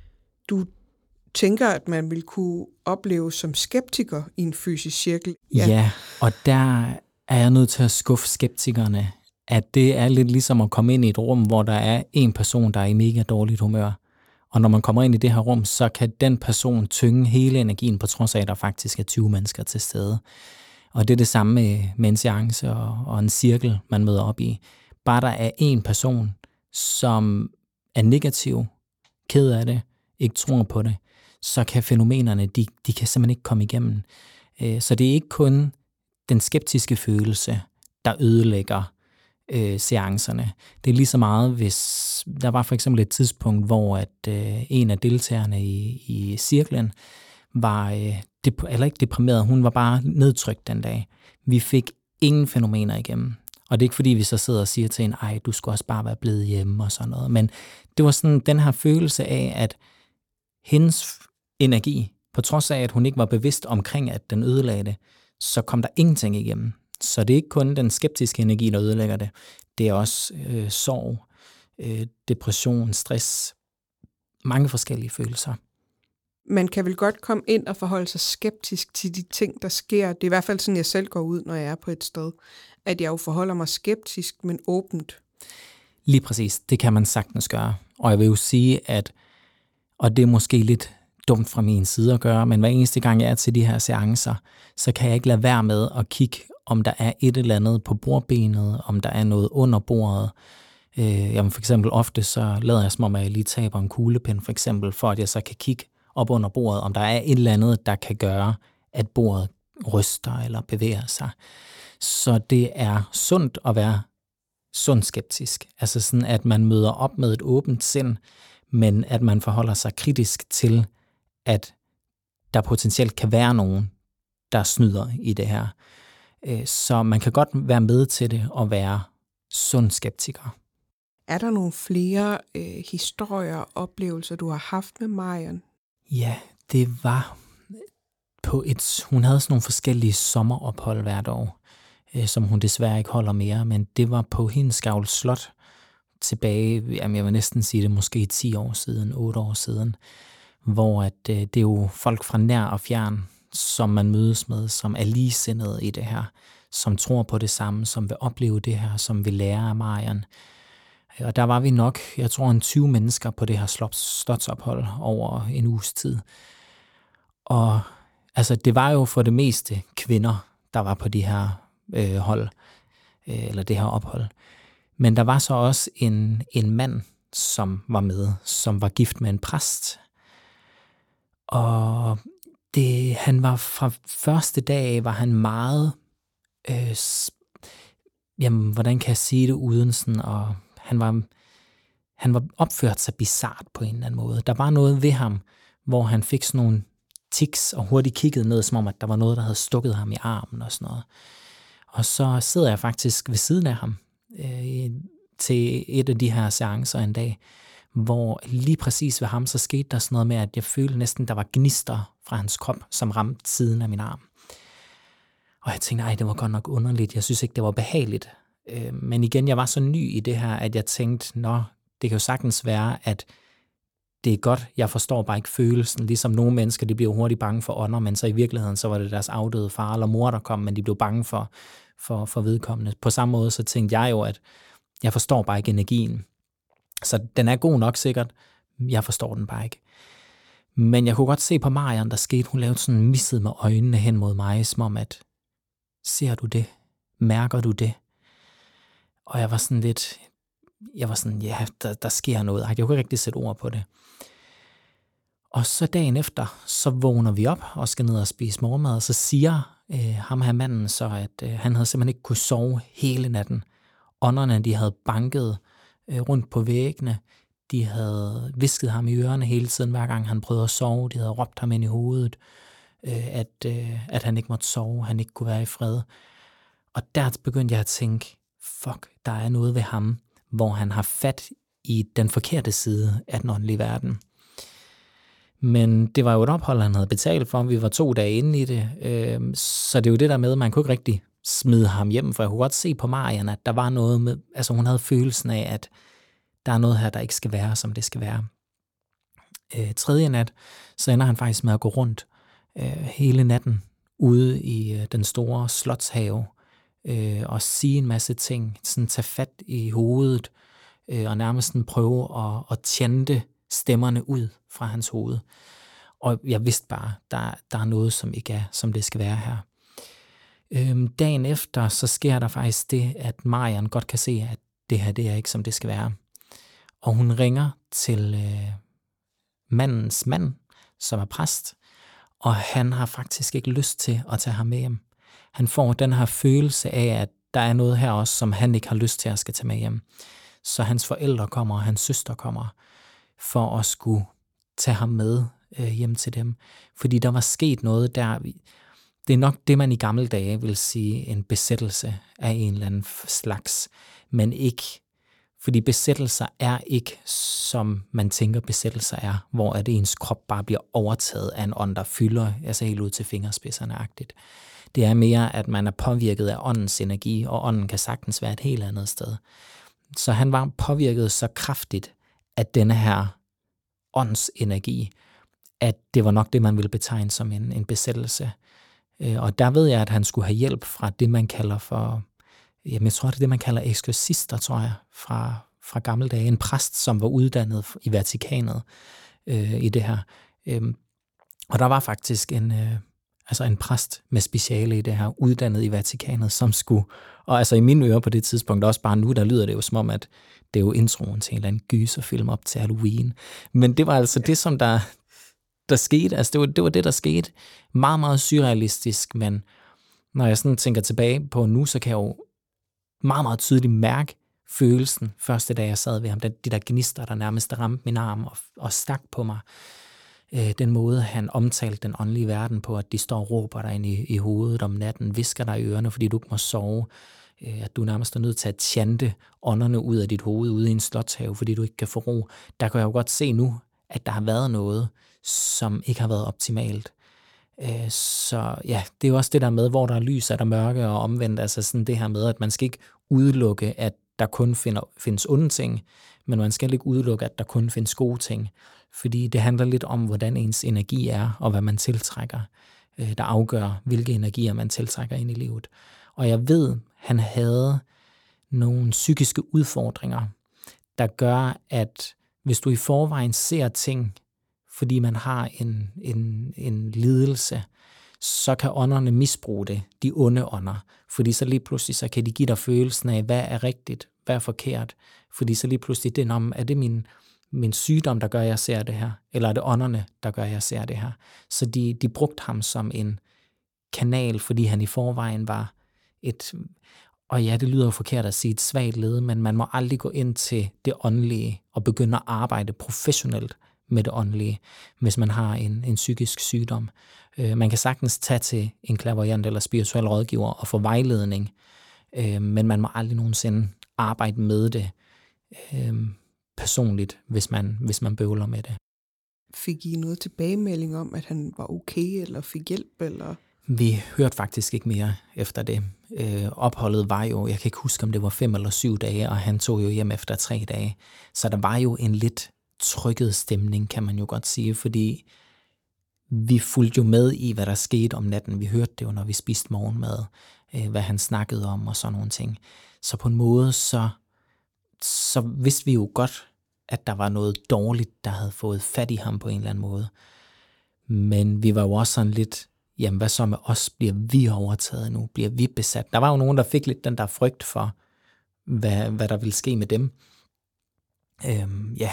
[SPEAKER 1] du tænker, at man vil kunne opleve som skeptiker i en fysisk cirkel?
[SPEAKER 2] Ja, og der er jeg nødt til at skuffe skeptikerne, at det er lidt ligesom at komme ind i et rum, hvor der er en person, der er i mega dårligt humør. Og når man kommer ind i det her rum, så kan den person tynge hele energien, på trods af, at der faktisk er 20 mennesker til stede. Og det er det samme med en seance og en cirkel, man møder op i. Bare der er en person, som er negativ, ked af det, ikke tror på det, så kan fænomenerne, de kan simpelthen ikke komme igennem. Så det er ikke kun den skeptiske følelse, der ødelægger seancerne. Det er lige så meget, hvis der var for eksempel et tidspunkt, hvor at en af deltagerne i cirklen var eller ikke deprimeret, hun var bare nedtrykt den dag. Vi fik ingen fænomener igennem. Og det er ikke fordi, vi så sidder og siger til hende, ej, du skulle også bare være blevet hjemme og sådan noget. Men det var sådan den her følelse af, at hendes energi, på trods af, at hun ikke var bevidst omkring, at den ødelagde det, så kom der ingenting igennem. Så det er ikke kun den skeptiske energi, der ødelægger det. Det er også sorg, depression, stress, mange forskellige følelser.
[SPEAKER 1] Man kan vel godt komme ind og forholde sig skeptisk til de ting, der sker. Det er i hvert fald sådan, jeg selv går ud, når jeg er på et sted. At jeg jo forholder mig skeptisk, men åbent.
[SPEAKER 2] Lige præcis. Det kan man sagtens gøre. Og jeg vil jo sige, at, og det er måske lidt dumt fra min side at gøre, men hver eneste gang jeg er til de her seancer, så kan jeg ikke lade være med at kigge, om der er et eller andet på bordbenet, om der er noget under bordet. Jamen for eksempel ofte så lader jeg som om, at jeg lige taber en kuglepen, for eksempel, for at jeg så kan kigge op under bordet, om der er et eller andet, der kan gøre, at bordet ryster eller bevæger sig. Så det er sundt at være sundt skeptisk. Altså sådan, at man møder op med et åbent sind, men at man forholder sig kritisk til, at der potentielt kan være nogen, der snyder i det her. Så man kan godt være med til det og være sund skeptiker.
[SPEAKER 1] Er der nogle flere historier og oplevelser, du har haft med Marion?
[SPEAKER 2] Ja, det var hun havde sådan nogle forskellige sommerophold hvert år, som hun desværre ikke holder mere, men det var på Hindsgavl Slot tilbage, jamen jeg vil næsten sige det, måske 10 år siden, 8 år siden, hvor at, det er jo folk fra nær og fjern, som man mødes med, som er ligesindede i det her, som tror på det samme, som vil opleve det her, som vil lære af Marian. Og der var vi nok, jeg tror, 20 mennesker på det her slotsophold over en uges tid. Og altså, det var jo for det meste kvinder, der var på de her hold, eller det her ophold. Men der var så også en mand, som var med, som var gift med en præst. Og han var fra første dag, var han meget, jamen, hvordan kan jeg sige det uden sådan, og han var opført sig bizart på en eller anden måde. Der var noget ved ham, hvor han fik sådan nogle tics og hurtigt kiggede ned, som om, at der var noget, der havde stukket ham i armen og sådan noget. Og så sidder jeg faktisk ved siden af ham til et af de her seancer en dag, hvor lige præcis ved ham, så skete der sådan noget med, at jeg følte næsten, der var gnister fra hans krop, som ramte siden af min arm. Og jeg tænkte, det var godt nok underligt. Jeg synes ikke, det var behageligt. Men igen, jeg var så ny i det her, at jeg tænkte, det kan jo sagtens være, at det er godt, jeg forstår bare ikke følelsen. Ligesom nogle mennesker, de bliver hurtigt bange for ånder, men så i virkeligheden, så var det deres afdøde far eller mor, der kom, men de blev bange for vedkommende. På samme måde, så tænkte jeg jo, at jeg forstår bare ikke energien. Så den er god nok sikkert, jeg forstår den bare ikke. Men jeg kunne godt se på Marian, der skete, hun lavede sådan misset med øjnene hen mod mig, som om at, ser du det? Mærker du det? Og jeg var sådan, ja, der sker noget. Jeg kunne ikke rigtig sætte ord på det. Og så dagen efter, så vågner vi op og skal ned og spise morgenmad, og så siger ham her manden så, at han havde simpelthen ikke kunne sove hele natten. Ånderne, de havde banket rundt på væggene. De havde visket ham i ørerne hele tiden, hver gang han prøvede at sove. De havde råbt ham ind i hovedet, at han ikke måtte sove, han ikke kunne være i fred. Og der begyndte jeg at tænke, fuck, der er noget ved ham, hvor han har fat i den forkerte side af den åndelige verden. Men det var jo et ophold, han havde betalt for. Vi var 2 dage inde i det. Så det er jo det der med, at man kunne ikke rigtig smide ham hjem, for jeg kunne godt se på Marian, at der var noget med, altså hun havde følelsen af, at der er noget her, der ikke skal være, som det skal være. Tredje nat, så ender han faktisk med at gå rundt hele natten ude i den store slotshave og sige en masse ting, sådan tage fat i hovedet og nærmest sådan prøve at tjente stemmerne ud fra hans hoved. Og jeg vidste bare, der er noget, som ikke er, som det skal være her. Dagen efter, så sker der faktisk det, at Marian godt kan se, at det her, det er ikke, som det skal være. Og hun ringer til mandens mand, som er præst, og han har faktisk ikke lyst til at tage ham med hjem. Han får den her følelse af, at der er noget her også, som han ikke har lyst til at skal tage med hjem. Så hans forældre kommer, og hans søster kommer, for at skulle tage ham med hjem til dem. Fordi der var sket noget der. Det er nok det, man i gamle dage vil sige en besættelse af en eller anden slags, men ikke. Fordi besættelser er ikke, som man tænker besættelser er, hvor at ens krop bare bliver overtaget af en ånd, der fylder, altså helt ud til fingerspidserne-agtigt. Det er mere, at man er påvirket af åndens energi, og ånden kan sagtens være et helt andet sted. Så han var påvirket så kraftigt af denne her ånds energi, at det var nok det, man ville betegne som en besættelse. Og der ved jeg, at han skulle have hjælp fra det, man kalder for, jamen jeg tror, det er det, man kalder eksorcister, tror jeg, fra gamle dage. En præst, som var uddannet i Vatikanet i det her. Og der var faktisk en præst med speciale i det her, uddannet i Vatikanet, som skulle, og altså i mine ører på det tidspunkt, også bare nu, der lyder det jo som om, at det er jo introen til en eller anden gyserfilm op til Halloween. Men det var altså det, som der skete. Altså det var det, der skete. Meget, meget surrealistisk, men når jeg sådan tænker tilbage på nu, så kan jeg jo meget, meget tydeligt mærke følelsen første dag, jeg sad ved ham. De der gnister, der nærmest ramte min arm og stak på mig. Den måde, han omtalte den åndelige verden på, at de står og råber dig ind i hovedet om natten, visker dig i ørerne, fordi du ikke må sove, at du nærmest er nødt til at tjente ånderne ud af dit hoved ude i en slotshave, fordi du ikke kan få ro. Der kan jeg jo godt se nu, at der har været noget, som ikke har været optimalt. Så ja, det er jo også det der med, hvor der er lys, er der mørke og omvendt. Altså sådan det her med, at man skal ikke udelukke, at der kun findes onde ting, men man skal ikke udelukke, at der kun findes gode ting. Fordi det handler lidt om, hvordan ens energi er, og hvad man tiltrækker, der afgør, hvilke energier man tiltrækker ind i livet. Og jeg ved, han havde nogle psykiske udfordringer, der gør, at hvis du i forvejen ser ting, fordi man har en lidelse, så kan ånderne misbruge det, de onde ånder. Fordi så lige pludselig, så kan de give dig følelsen af, hvad er rigtigt, hvad er forkert. Fordi så lige pludselig, er det min sygdom, der gør, at jeg ser det her? Eller er det ånderne, der gør, at jeg ser det her? Så de brugte ham som en kanal, fordi han i forvejen var og ja, det lyder jo forkert at sige et svagt led, men man må aldrig gå ind til det åndelige og begynde at arbejde professionelt med det åndelige, hvis man har en psykisk sygdom. Man kan sagtens tage til en clairvoyant eller spirituel rådgiver og få vejledning, men man må aldrig nogensinde arbejde med det personligt, hvis man bøvler med det.
[SPEAKER 1] Fik I noget tilbagemelding om, at han var okay, eller fik hjælp, eller?
[SPEAKER 2] Vi hørte faktisk ikke mere efter det. Opholdet var jo, jeg kan ikke huske, om det var 5 eller 7 dage, og han tog jo hjem efter 3 dage. Så der var jo en lidt trykket stemning, kan man jo godt sige, fordi vi fulgte jo med i, hvad der skete om natten. Vi hørte det jo, når vi spiste morgenmad, hvad han snakkede om og sådan nogle ting. Så på en måde, så vidste vi jo godt, at der var noget dårligt, der havde fået fat i ham på en eller anden måde. Men vi var jo også sådan lidt, jamen hvad så med os? Bliver vi overtaget nu? Bliver vi besat? Der var jo nogen, der fik lidt den der frygt for, hvad der ville ske med dem. Ja.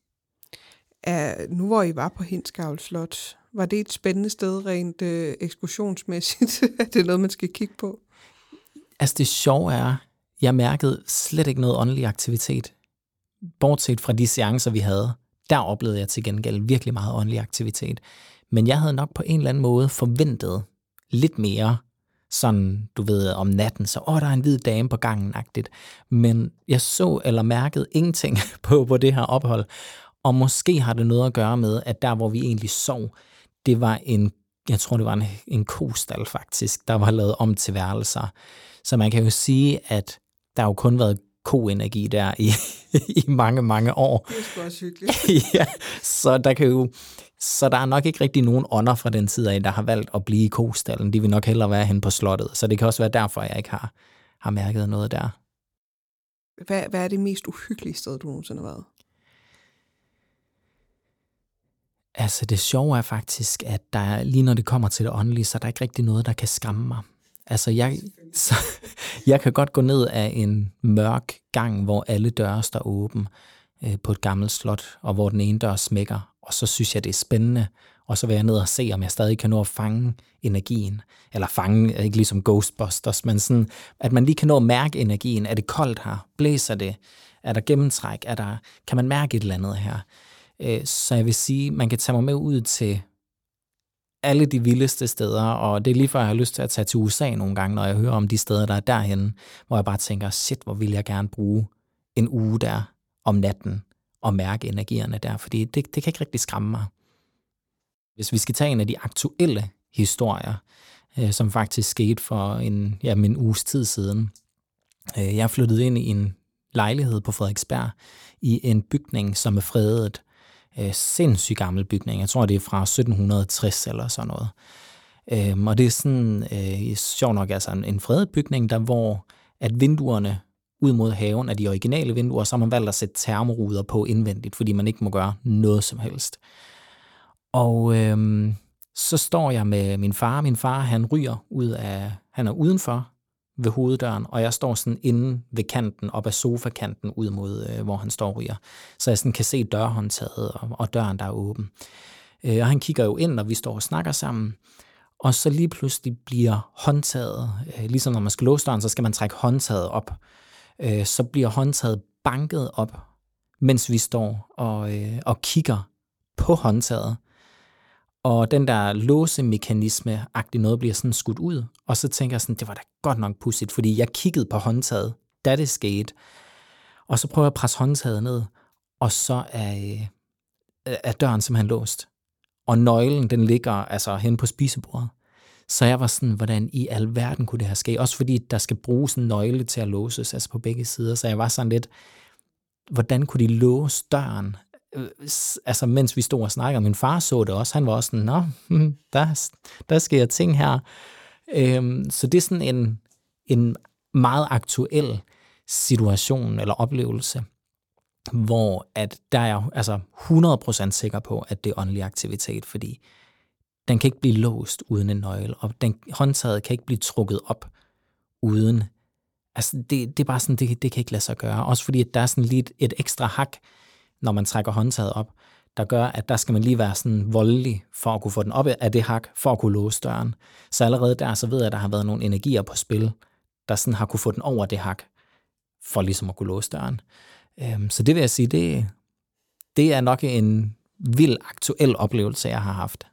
[SPEAKER 1] Nu hvor I var på Hindsgavl Slot, var det et spændende sted rent ekskursionsmæssigt? Er det noget, man skal kigge på?
[SPEAKER 2] Altså det sjove er, jeg mærkede slet ikke noget åndelig aktivitet. Bortset fra de seancer, vi havde, der oplevede jeg til gengæld virkelig meget åndelig aktivitet. Men jeg havde nok på en eller anden måde forventet lidt mere, sådan, du ved, om natten, så der er en hvid dame på gangen-agtigt. Men jeg så eller mærkede ingenting på det her ophold. Og måske har det noget at gøre med, at der, hvor vi egentlig sov, det var jeg tror, det var en kostal faktisk, der var lavet om til værelser. Så man kan jo sige, at der har jo kun været koenergi der i mange, mange år.
[SPEAKER 1] Det er sgu også hyggeligt.
[SPEAKER 2] Ja, så der er nok ikke rigtig nogen ånder fra den tid af, der har valgt at blive i kostallen. De vil nok hellere være hen på slottet. Så det kan også være derfor, jeg ikke har mærket noget der.
[SPEAKER 1] Hvad er det mest uhyggelige sted, du nogensinde har været?
[SPEAKER 2] Altså det sjove er faktisk, at der lige når det kommer til det åndelige, så er der ikke rigtig noget, der kan skræmme mig. Altså jeg kan godt gå ned af en mørk gang, hvor alle døre står åben på et gammelt slot, og hvor den ene dør smækker, og så synes jeg, det er spændende, og så vil jeg ned og se, om jeg stadig kan nå at fange energien, eller fange, ikke ligesom Ghostbusters, men sådan, at man lige kan nå at mærke energien. Er det koldt her? Blæser det? Er der gennemtræk? Kan man mærke et eller andet her? Så jeg vil sige, man kan tage mig med ud til alle de vildeste steder, og det er lige før, jeg har lyst til at tage til USA nogle gange, når jeg hører om de steder, der er derhenne, hvor jeg bare tænker, shit, hvor vil jeg gerne bruge en uge der om natten og mærke energierne der, fordi det kan ikke rigtig skræmme mig. Hvis vi skal tage en af de aktuelle historier, som faktisk skete for en uges tid siden. Jeg flyttede ind i en lejlighed på Frederiksberg i en bygning, som er fredet. Sindssygt gammel bygning. Jeg tror, det er fra 1760 eller sådan noget. Og det er sådan, sjovt nok, altså en fredet bygning, der hvor at vinduerne ud mod haven er de originale vinduer, så har man valgt at sætte termoruder på indvendigt, fordi man ikke må gøre noget som helst. Og så står jeg med min far. Min far, han ryger han er udenfor ved hoveddøren, og jeg står sådan inde ved kanten, op ad sofakanten, ud mod, hvor han står og ryger. Så jeg sådan kan se dørhåndtaget og døren, der er åben. Og han kigger jo ind, når vi står og snakker sammen, og så lige pludselig bliver håndtaget, ligesom når man skal låse døren, så skal man trække håndtaget op. Så bliver håndtaget banket op, mens vi står og kigger på håndtaget. Og den der låsemekanisme-agtige noget bliver sådan skudt ud, og så tænker jeg sådan, det var da godt nok pudsigt, fordi jeg kiggede på håndtaget, da det skete, og så prøver jeg at presse håndtaget ned, og så er døren simpelthen låst. og nøglen, den ligger altså hen på spisebordet. Så jeg var sådan, hvordan i alverden kunne det her ske? Også fordi der skal bruges en nøgle til at låses, altså på begge sider. Så jeg var sådan lidt, hvordan kunne de låse døren? Altså mens vi stod og snakkede, min far så det også. Han var også sådan, der sker ting her. Så det er sådan en meget aktuel situation eller oplevelse, hvor at der er jeg altså 100% sikker på, at det er åndelig aktivitet, fordi den kan ikke blive låst uden en nøgle, og håndtaget kan ikke blive trukket op uden. Altså det er bare sådan, det kan ikke lade sig gøre. Også fordi, at der er sådan lige et ekstra hak, når man trækker håndtaget op, der gør, at der skal man lige være sådan voldelig for at kunne få den op af det hak, for at kunne låse døren. Så allerede der, så ved jeg, at der har været nogle energier på spil, der sådan har kunne få den over det hak, for ligesom at kunne låse døren. Så det vil jeg sige, det er nok en vild aktuel oplevelse, jeg har haft.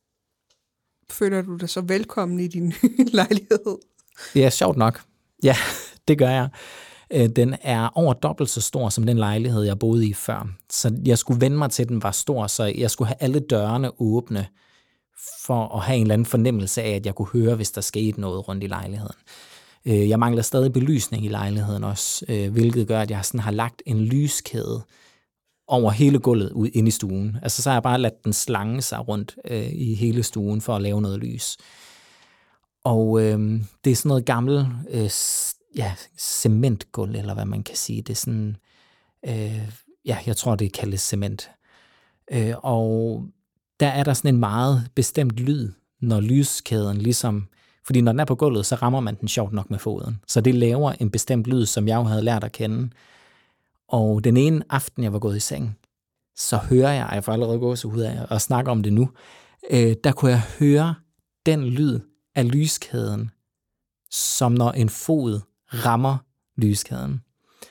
[SPEAKER 1] Føler du dig så velkommen i din lejlighed?
[SPEAKER 2] Det er sjovt nok. Ja, det gør jeg. Den er over dobbelt så stor som den lejlighed, jeg boede i før. Så jeg skulle vende mig til, at den var stor, så jeg skulle have alle dørene åbne, for at have en eller anden fornemmelse af, at jeg kunne høre, hvis der skete noget rundt i lejligheden. Jeg mangler stadig belysning i lejligheden også, hvilket gør, at jeg sådan har lagt en lyskæde over hele gulvet ud ind i stuen. Altså så har jeg bare ladt den slange sig rundt i hele stuen for at lave noget lys. Og det er sådan noget gammelt cementgulv, eller hvad man kan sige. Det er sådan, jeg tror det kaldes cement. Og der er der sådan en meget bestemt lyd, når lyskæden ligesom, fordi når den er på gulvet, så rammer man den sjovt nok med foden. Så det laver en bestemt lyd, som jeg jo havde lært at kende. Og den ene aften, jeg var gået i seng, så hører jeg får allerede gåsehud af at snakke om det nu, der kunne jeg høre den lyd af lyskæden, som når en fod rammer lyskæden.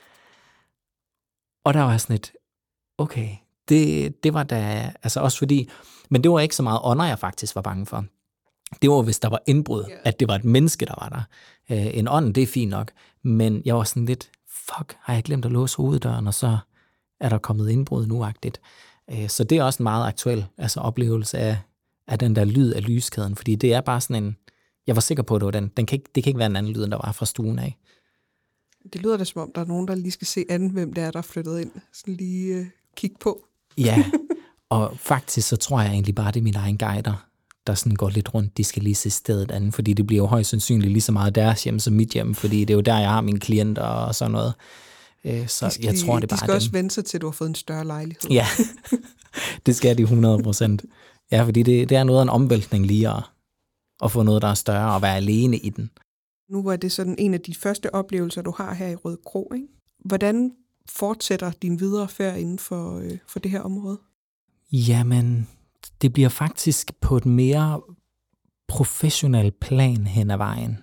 [SPEAKER 2] Og der var sådan et, okay, det var da, altså også fordi, men det var ikke så meget ånder, jeg faktisk var bange for. Det var, hvis der var indbrud, at det var et menneske, der var der. En ånd, det er fint nok, men jeg var sådan lidt, har jeg glemt at låse hoveddøren, og så er der kommet indbrud nu-agtigt. Så det er også en meget aktuel oplevelse af den der lyd af lyskæden, fordi det er bare sådan en, jeg var sikker på, at det var den. Det kan ikke være en anden lyd, end der var fra stuen af. Det
[SPEAKER 1] lyder da som om, der er nogen, der lige skal se an, hvem det er, der er flyttet ind. Så lige kigge på.
[SPEAKER 2] Ja, og faktisk så tror jeg egentlig bare, det er mine egen guider, der sådan går lidt rundt. De skal lige se stedet an, fordi det bliver jo højst sandsynligt lige så meget deres hjem som mit hjem, fordi det er jo der, jeg har mine klienter og sådan noget. Så jeg tror, det er bare
[SPEAKER 1] de skal også vente sig til, at du har fået en større lejlighed.
[SPEAKER 2] Ja, det skal de 100%. Ja, fordi det er noget af en omvæltning lige at få noget, der er større, og være alene i den.
[SPEAKER 1] Nu var det sådan en af de første oplevelser, du har her i Røde Kro, ikke? Hvordan fortsætter din videre færd inden for det her område?
[SPEAKER 2] Jamen, det bliver faktisk på et mere professionelt plan hen ad vejen.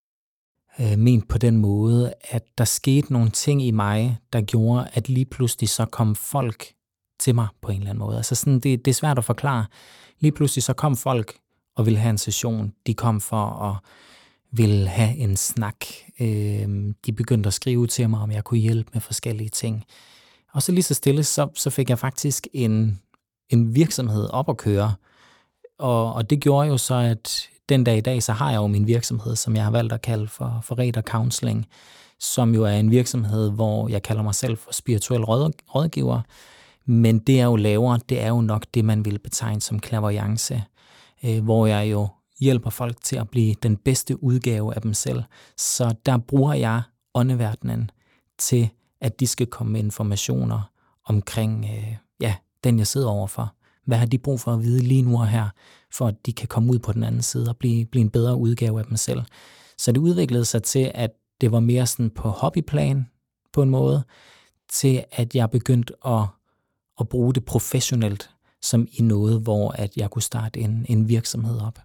[SPEAKER 2] Ment på den måde, at der skete nogle ting i mig, der gjorde, at lige pludselig så kom folk til mig på en eller anden måde. Altså sådan, det er svært at forklare. Lige pludselig så kom folk og ville have en session. De kom for at ville have en snak. De begyndte at skrive til mig, om jeg kunne hjælpe med forskellige ting. Og så lige så stille, så fik jeg faktisk en virksomhed op at køre. Og det gjorde jo så, at den dag i dag, så har jeg jo min virksomhed, som jeg har valgt at kalde for Reder Counseling, som jo er en virksomhed, hvor jeg kalder mig selv for spirituel rådgiver. Men det jeg jo laver, det er jo nok det, man vil betegne som clairvoyance, hvor jeg jo hjælper folk til at blive den bedste udgave af dem selv. Så der bruger jeg åndeverdenen til, at de skal komme med informationer omkring den, jeg sidder overfor. Hvad har de brug for at vide lige nu og her, for at de kan komme ud på den anden side og blive en bedre udgave af dem selv. Så det udviklede sig til, at det var mere sådan på hobbyplan på en måde, til at jeg begyndte at bruge det professionelt som i noget, hvor at jeg kunne starte en virksomhed op.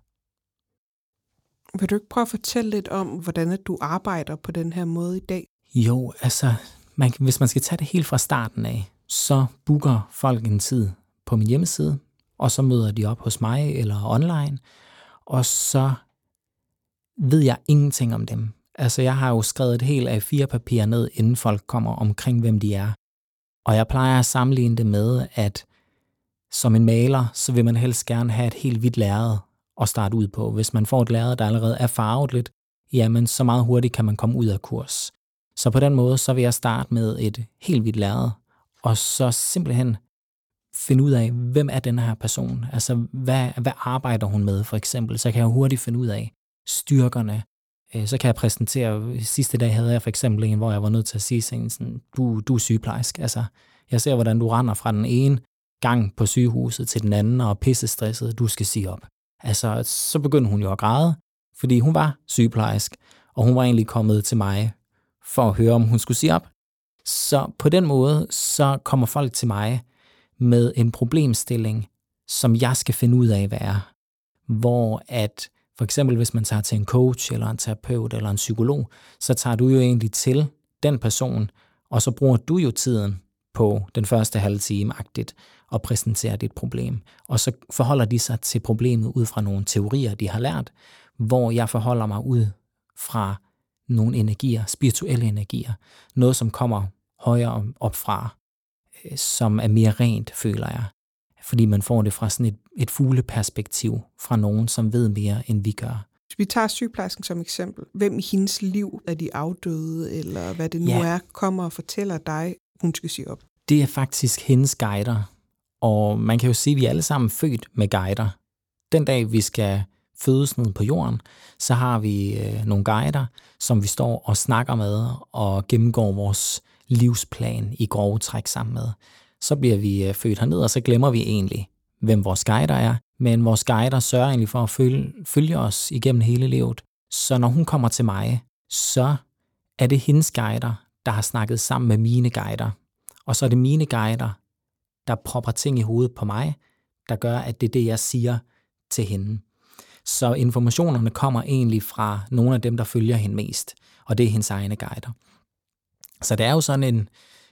[SPEAKER 1] Vil du ikke prøve at fortælle lidt om, hvordan du arbejder på den her måde i dag?
[SPEAKER 2] Jo, altså, hvis man skal tage det helt fra starten af, så booker folk en tid på min hjemmeside, og så møder de op hos mig eller online, og så ved jeg ingenting om dem. Altså, jeg har jo skrevet et helt A4-papir ned, inden folk kommer omkring, hvem de er. Og jeg plejer at sammenligne det med, at som en maler, så vil man helst gerne have et helt hvidt lærred at starte ud på. Hvis man får et lærred, der allerede er farvet lidt, jamen så meget hurtigt kan man komme ud af kurs. Så på den måde, så vil jeg starte med et helt hvidt lærred, og så simpelthen finde ud af, hvem er den her person? Altså, hvad arbejder hun med, for eksempel? Så kan jeg hurtigt finde ud af styrkerne. Så kan jeg præsentere, sidste dag havde jeg for eksempel en, hvor jeg var nødt til at sige sådan, du er sygeplejerske. Altså, jeg ser, hvordan du render fra den ene gang på sygehuset til den anden, og er pissestresset, du skal sige op. Altså, så begyndte hun jo at græde, fordi hun var sygeplejersk, og hun var egentlig kommet til mig for at høre, om hun skulle sige op. Så på den måde, så kommer folk til mig med en problemstilling, som jeg skal finde ud af, hvad er. Hvor at, for eksempel hvis man tager til en coach, eller en terapeut, eller en psykolog, så tager du jo egentlig til den person, og så bruger du jo tiden på den første halve time-agtigt og præsenterer dit problem. Og så forholder de sig til problemet ud fra nogle teorier, de har lært, hvor jeg forholder mig ud fra nogle energier, spirituelle energier. Noget, som kommer højere op fra, som er mere rent, føler jeg. Fordi man får det fra sådan et fugleperspektiv fra nogen, som ved mere, end vi gør.
[SPEAKER 1] Vi tager sygeplejersken som eksempel. Hvem i hendes liv er de afdøde, eller hvad det nu er, kommer og fortæller dig, hun skal sige op?
[SPEAKER 2] Det er faktisk hendes guider. Og man kan jo sige, at vi er alle sammen født med guider. Den dag, vi skal fødes ned på jorden, så har vi nogle guider, som vi står og snakker med og gennemgår vores livsplan i grove træk sammen med. Så bliver vi født herned, og så glemmer vi egentlig, hvem vores guider er. Men vores guider sørger egentlig for at følge os igennem hele livet. Så når hun kommer til mig, så er det hendes guider, der har snakket sammen med mine guider. Og så er det mine guider, der propper ting i hovedet på mig, der gør, at det er det, jeg siger til hende. Så informationerne kommer egentlig fra nogle af dem, der følger hende mest, og det er hendes egne guider. Så det er jo sådan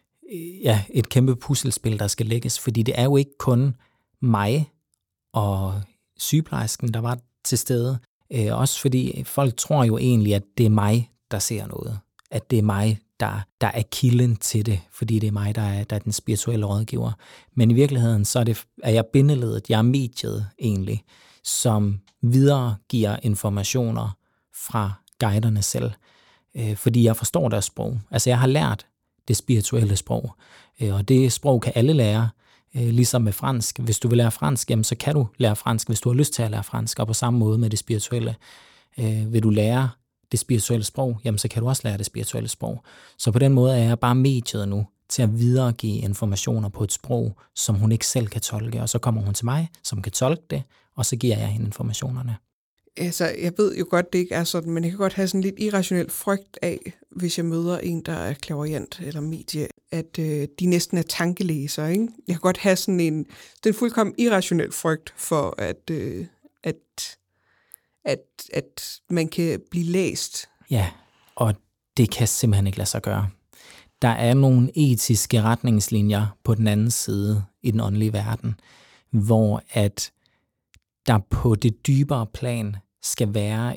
[SPEAKER 2] et kæmpe puslespil, der skal lægges, fordi det er jo ikke kun mig og sygeplejersken, der var til stede. Også fordi folk tror jo egentlig, at det er mig, der ser noget. At det er mig, der er kilden til det, fordi det er mig, der er den spirituelle rådgiver. Men i virkeligheden, så er jeg bindeledet, jeg er mediet egentlig, som videregiver informationer fra guiderne selv, fordi jeg forstår deres sprog. Altså jeg har lært det spirituelle sprog, og det sprog kan alle lære, ligesom med fransk. Hvis du vil lære fransk, jamen, så kan du lære fransk, hvis du har lyst til at lære fransk, og på samme måde med det spirituelle. Vil du lære det spirituelle sprog, jamen så kan du også lære det spirituelle sprog. Så på den måde er jeg bare mediet nu til at videregive informationer på et sprog, som hun ikke selv kan tolke, og så kommer hun til mig, som kan tolke det, og så giver jeg hende informationerne.
[SPEAKER 1] Altså, jeg ved jo godt, det ikke er sådan, men jeg kan godt have sådan lidt irrationel frygt af, hvis jeg møder en, der er clairvoyant eller medie, at de næsten er tankelæser, ikke? Jeg kan godt have sådan en fuldkommen irrationel frygt for, at man kan blive læst.
[SPEAKER 2] Ja, og det kan simpelthen ikke lade sig gøre. Der er nogle etiske retningslinjer på den anden side i den åndelige verden, hvor at der på det dybere plan skal være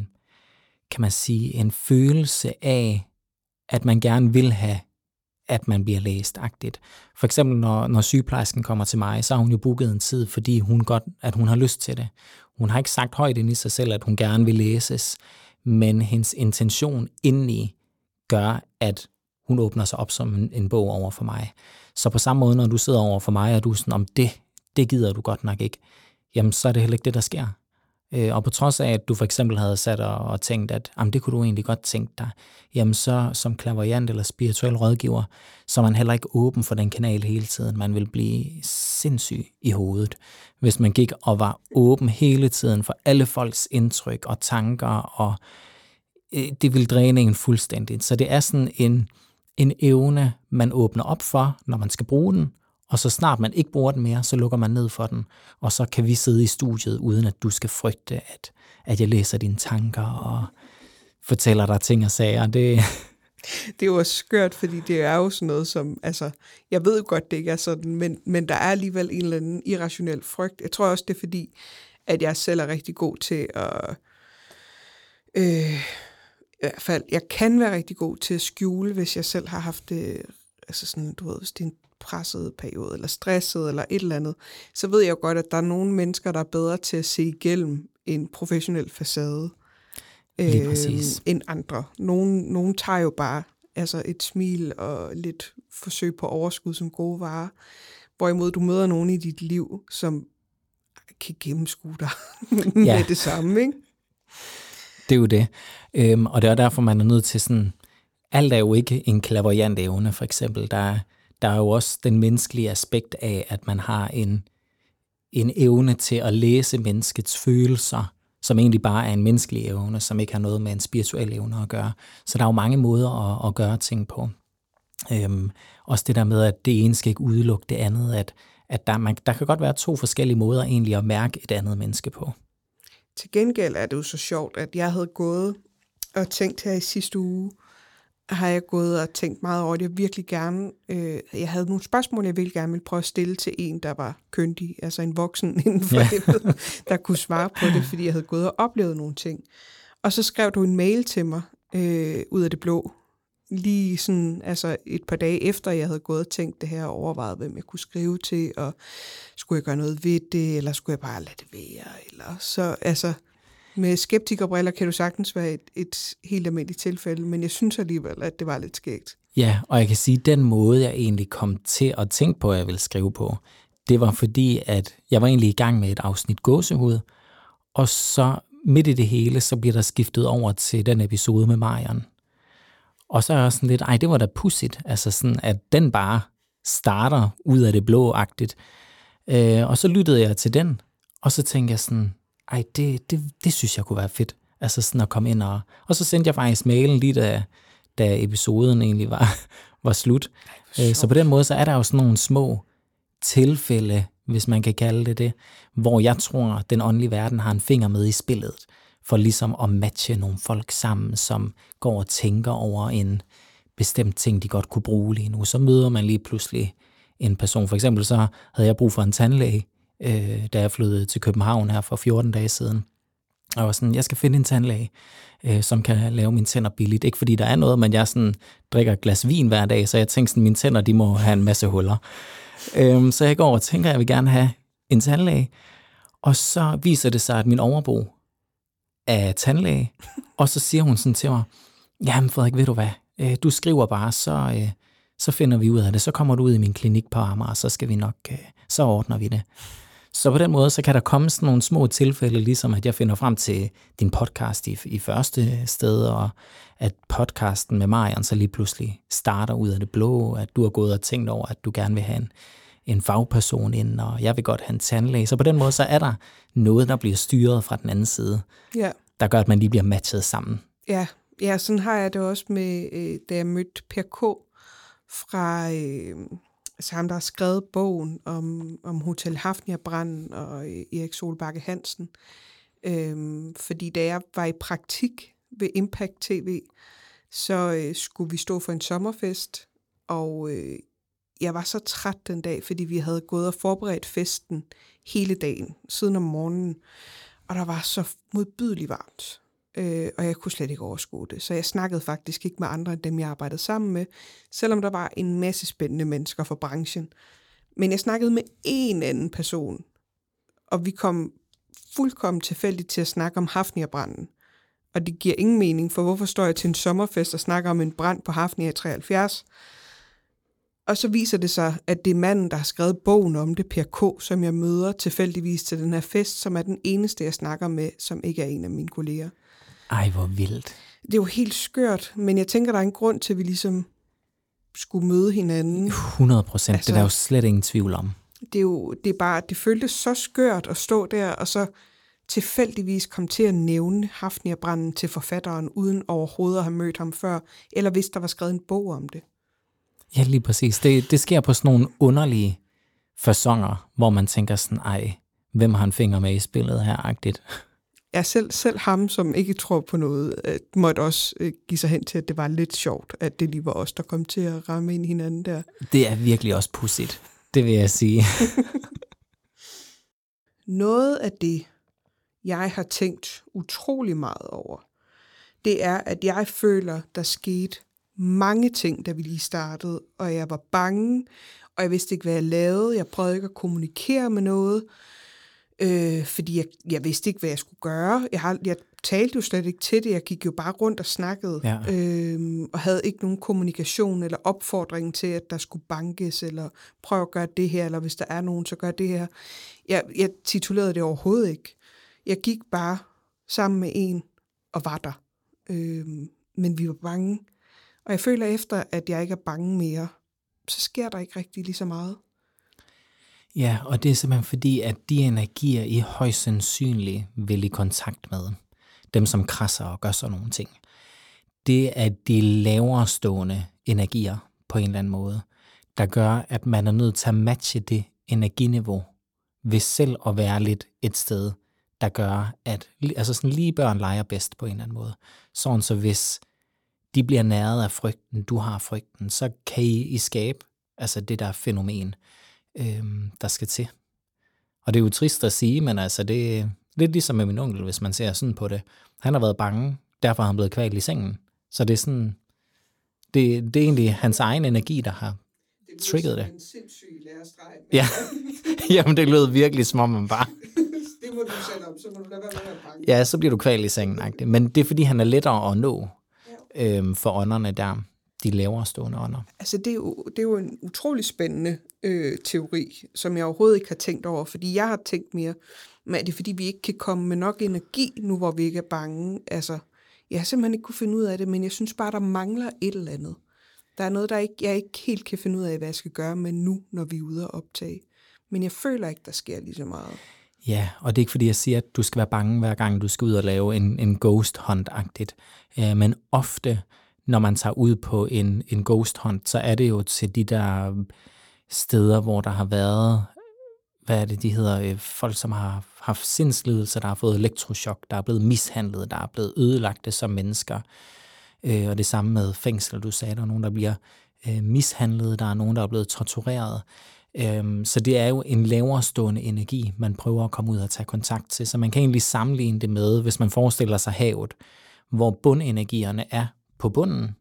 [SPEAKER 2] en følelse af, at man gerne vil have, at man bliver læst-agtigt. For eksempel, når sygeplejersken kommer til mig, så har hun jo booket en tid, fordi hun har lyst til det. Hun har ikke sagt højt ind i sig selv, at hun gerne vil læses, men hendes intention indeni gør, at hun åbner sig op som en bog over for mig. Så på samme måde, når du sidder over for mig, og du er sådan, om det gider du godt nok ikke, jamen så er det heller ikke det, der sker. Og på trods af, at du for eksempel havde sat og tænkt, at det kunne du egentlig godt tænke dig, jamen så som clairvoyant eller spirituel rådgiver, så er man heller ikke åben for den kanal hele tiden. Man vil blive sindssyg i hovedet, hvis man gik og var åben hele tiden for alle folks indtryk og tanker, og det vil dræne en fuldstændigt. Så det er sådan en evne, man åbner op for, når man skal bruge den, og så snart man ikke bruger den mere, så lukker man ned for den, og så kan vi sidde i studiet, uden at du skal frygte, at jeg læser dine tanker og fortæller dig ting og sager. Det
[SPEAKER 1] er jo også skørt, fordi det er jo sådan noget som, altså, jeg ved jo godt, det ikke er sådan, men der er alligevel en eller anden irrationel frygt. Jeg tror også, det er fordi, at jeg selv er rigtig god til at, i hvert fald, jeg kan være rigtig god til at skjule, hvis jeg selv har haft det altså sådan, du ved, hvis det er en presset periode, eller stresset, eller et eller andet, så ved jeg jo godt, at der er nogle mennesker, der er bedre til at se igennem en professionel facade end andre. Nogle tager jo bare altså et smil og lidt forsøg på overskud som gode varer, hvorimod du møder nogen i dit liv, som kan gennemskue dig med det samme, ikke?
[SPEAKER 2] Det er jo det. Og det er derfor, man er nødt til sådan, alt er jo ikke en clairvoyant evne, for eksempel. Der er jo også den menneskelige aspekt af, at man har en evne til at læse menneskets følelser, som egentlig bare er en menneskelig evne, som ikke har noget med en spirituel evne at gøre. Så der er jo mange måder at gøre ting på. Også det der med, at det ene skal ikke udelukke det andet, at der kan godt være 2 forskellige måder egentlig at mærke et andet menneske på.
[SPEAKER 1] Til gengæld er det jo så sjovt, at jeg havde gået og tænkt her i sidste uge, har jeg gået og tænkt meget over det. Jeg virkelig gerne, jeg havde nogle spørgsmål, jeg ville gerne ville prøve at stille til en, der var kyndig, altså en voksen inden for det, der kunne svare på det, fordi jeg havde gået og oplevet nogle ting. Og så skrev du en mail til mig ud af det blå, lige sådan, altså et par dage efter, jeg havde gået og tænkt det her og overvejet, hvem jeg kunne skrive til, og skulle jeg gøre noget ved det, eller skulle jeg bare lade det være, eller så, altså med skeptikerbriller kan du sagtens være et helt almindeligt tilfælde, men jeg synes alligevel, at det var lidt skægt.
[SPEAKER 2] Ja, og jeg kan sige, at den måde, jeg egentlig kom til at tænke på, at jeg ville skrive på, det var fordi, at jeg var egentlig i gang med et afsnit gåsehud, og så midt i det hele, så bliver der skiftet over til den episode med Marion. Og så er jeg sådan lidt, det var da pudsigt, altså sådan, at den bare starter ud af det blå-agtigt. Og så lyttede jeg til den, og så tænkte jeg sådan, det synes jeg kunne være fedt, altså sådan at komme ind og så sendte jeg faktisk mailen lige da episoden egentlig var slut. Så på den måde, så er der jo sådan nogle små tilfælde, hvis man kan kalde det, hvor jeg tror, at den åndelige verden har en finger med i spillet, for ligesom at matche nogle folk sammen, som går og tænker over en bestemt ting, de godt kunne bruge lige nu. Så møder man lige pludselig en person. For eksempel så havde jeg brug for en tandlæge, da jeg flyttede til København her for 14 dage siden. Og var sådan, jeg skal finde en tandlæge, som kan lave mine tænder billigt. Ikke fordi der er noget, men jeg sådan drikker et glas vin hver dag, så jeg tænkte sådan, mine tænder, de må have en masse huller. Så jeg går og tænker, at jeg vil gerne have en tandlæge. Og så viser det sig, at min overbo er tandlæge. Og så siger hun sådan til mig, jamen Frederik, ved du hvad, du skriver bare, så finder vi ud af det. Så kommer du ud i min klinik på Amager, så skal vi nok, så ordner vi det. Så på den måde, så kan der komme sådan nogle små tilfælde, ligesom at jeg finder frem til din podcast i første sted, og at podcasten med Marion så lige pludselig starter ud af det blå, at du har gået og tænkt over, at du gerne vil have en fagperson ind, og jeg vil godt have en tandlæge. Så på den måde, så er der noget, der bliver styret fra den anden side, der gør, at man lige bliver matchet sammen.
[SPEAKER 1] Ja, sådan har jeg det også med, da jeg mødte Per K. fra altså ham, der har skrevet bogen om Hotel Hafnia-branden og Erik Solbakke Hansen. Fordi da jeg var i praktik ved Impact TV, så skulle vi stå for en sommerfest, og jeg var så træt den dag, fordi vi havde gået og forberedt festen hele dagen, siden om morgenen, og der var så modbydeligt varmt. Og jeg kunne slet ikke overskue det. Så jeg snakkede faktisk ikke med andre end dem, jeg arbejdede sammen med, selvom der var en masse spændende mennesker fra branchen. Men jeg snakkede med en anden person, og vi kom fuldkommen tilfældigt til at snakke om Hafnia-branden. Og det giver ingen mening, for hvorfor står jeg til en sommerfest og snakker om en brand på Hafnia i 73? Og så viser det sig, at det er manden, der har skrevet bogen om det, Per K., som jeg møder tilfældigvis til den her fest, som er den eneste, jeg snakker med, som ikke er en af mine kolleger.
[SPEAKER 2] Ej, hvor vildt.
[SPEAKER 1] Det er jo helt skørt, men jeg tænker, der er en grund til, at vi ligesom skulle møde hinanden.
[SPEAKER 2] 100%, altså, det er der jo slet ingen tvivl om.
[SPEAKER 1] Det føltes så skørt at stå der, og så tilfældigvis komme til at nævne Hafnia-branden til forfatteren, uden overhovedet at have mødt ham før, eller hvis der var skrevet en bog om det.
[SPEAKER 2] Ja, lige præcis. Det sker på sådan nogle underlige faconer, hvor man tænker sådan, hvem har en finger med i spillet her-agtigt?
[SPEAKER 1] Ja, selv ham, som ikke tror på noget, måtte også give sig hen til, at det var lidt sjovt, at det lige var os, der kom til at ramme ind hinanden der.
[SPEAKER 2] Det er virkelig også pudsigt, det vil jeg sige.
[SPEAKER 1] Noget af det, jeg har tænkt utrolig meget over, det er, at jeg føler, der skete mange ting, da vi lige startede, og jeg var bange, og jeg vidste ikke, hvad jeg lavede. Jeg prøvede ikke at kommunikere med noget, fordi jeg vidste ikke, hvad jeg skulle gøre. Jeg talte jo slet ikke til det. Jeg gik jo bare rundt og snakkede, og havde ikke nogen kommunikation eller opfordring til, at der skulle bankes, eller prøve at gøre det her, eller hvis der er nogen, så gør det her. Jeg titulerede det overhovedet ikke. Jeg gik bare sammen med en og var der. Men vi var bange. Og jeg føler efter, at jeg ikke er bange mere, så sker der ikke rigtig lige så meget.
[SPEAKER 2] Ja, og det er simpelthen fordi, at de energier, I højst sandsynligt vil i kontakt med, dem som krasser og gør sådan nogle ting, det er de lavere stående energier på en eller anden måde, der gør, at man er nødt til at matche det energiniveau ved selv at være lidt et sted, der gør, at altså sådan lige børn leger bedst på en eller anden måde. Sådan så hvis de bliver næret af frygten, du har frygten, så kan I skabe altså det der fænomen, der skal til. Og det er jo trist at sige, men altså det er lidt ligesom med min onkel, hvis man ser sådan på det. Han har været bange, derfor har han blevet kvalt i sengen. Så det er sådan, det er egentlig hans egen energi, der har trigget det.
[SPEAKER 1] Det er en sindssyg lærestreg.
[SPEAKER 2] Ja, jamen det lød virkelig som om man bare...
[SPEAKER 1] Det må du selv om, så må du lade være med at være bange.
[SPEAKER 2] Ja, så bliver du kvalt i sengen. Men det er fordi, han er lettere at nå for ånderne der, de lavere stående ånder.
[SPEAKER 1] Altså det er jo en utrolig spændende teori, som jeg overhovedet ikke har tænkt over, fordi jeg har tænkt mere, men er det fordi, vi ikke kan komme med nok energi, nu hvor vi ikke er bange? Altså, jeg har simpelthen ikke kunne finde ud af det, men jeg synes bare, der mangler et eller andet. Der er noget, jeg ikke helt kan finde ud af, hvad jeg skal gøre med nu, når vi er ude og optage. Men jeg føler ikke, der sker lige så meget.
[SPEAKER 2] Ja, og det er ikke fordi, jeg siger, at du skal være bange, hver gang du skal ud og lave en ghost hunt-agtigt. Men ofte, når man tager ud på en ghost hunt, så er det jo til de der steder, hvor der har været, hvad er det, de hedder, folk, som har haft sindslidelser, der har fået elektrochok, der er blevet mishandlet, der er blevet ødelagte som mennesker. Og det samme med fængsel, du sagde, der er nogen, der bliver mishandlet, der er nogen, der er blevet tortureret. Så det er jo en lavere stående energi, man prøver at komme ud og tage kontakt til. Så man kan egentlig sammenligne det med, hvis man forestiller sig havet, hvor bundenergierne er på bunden,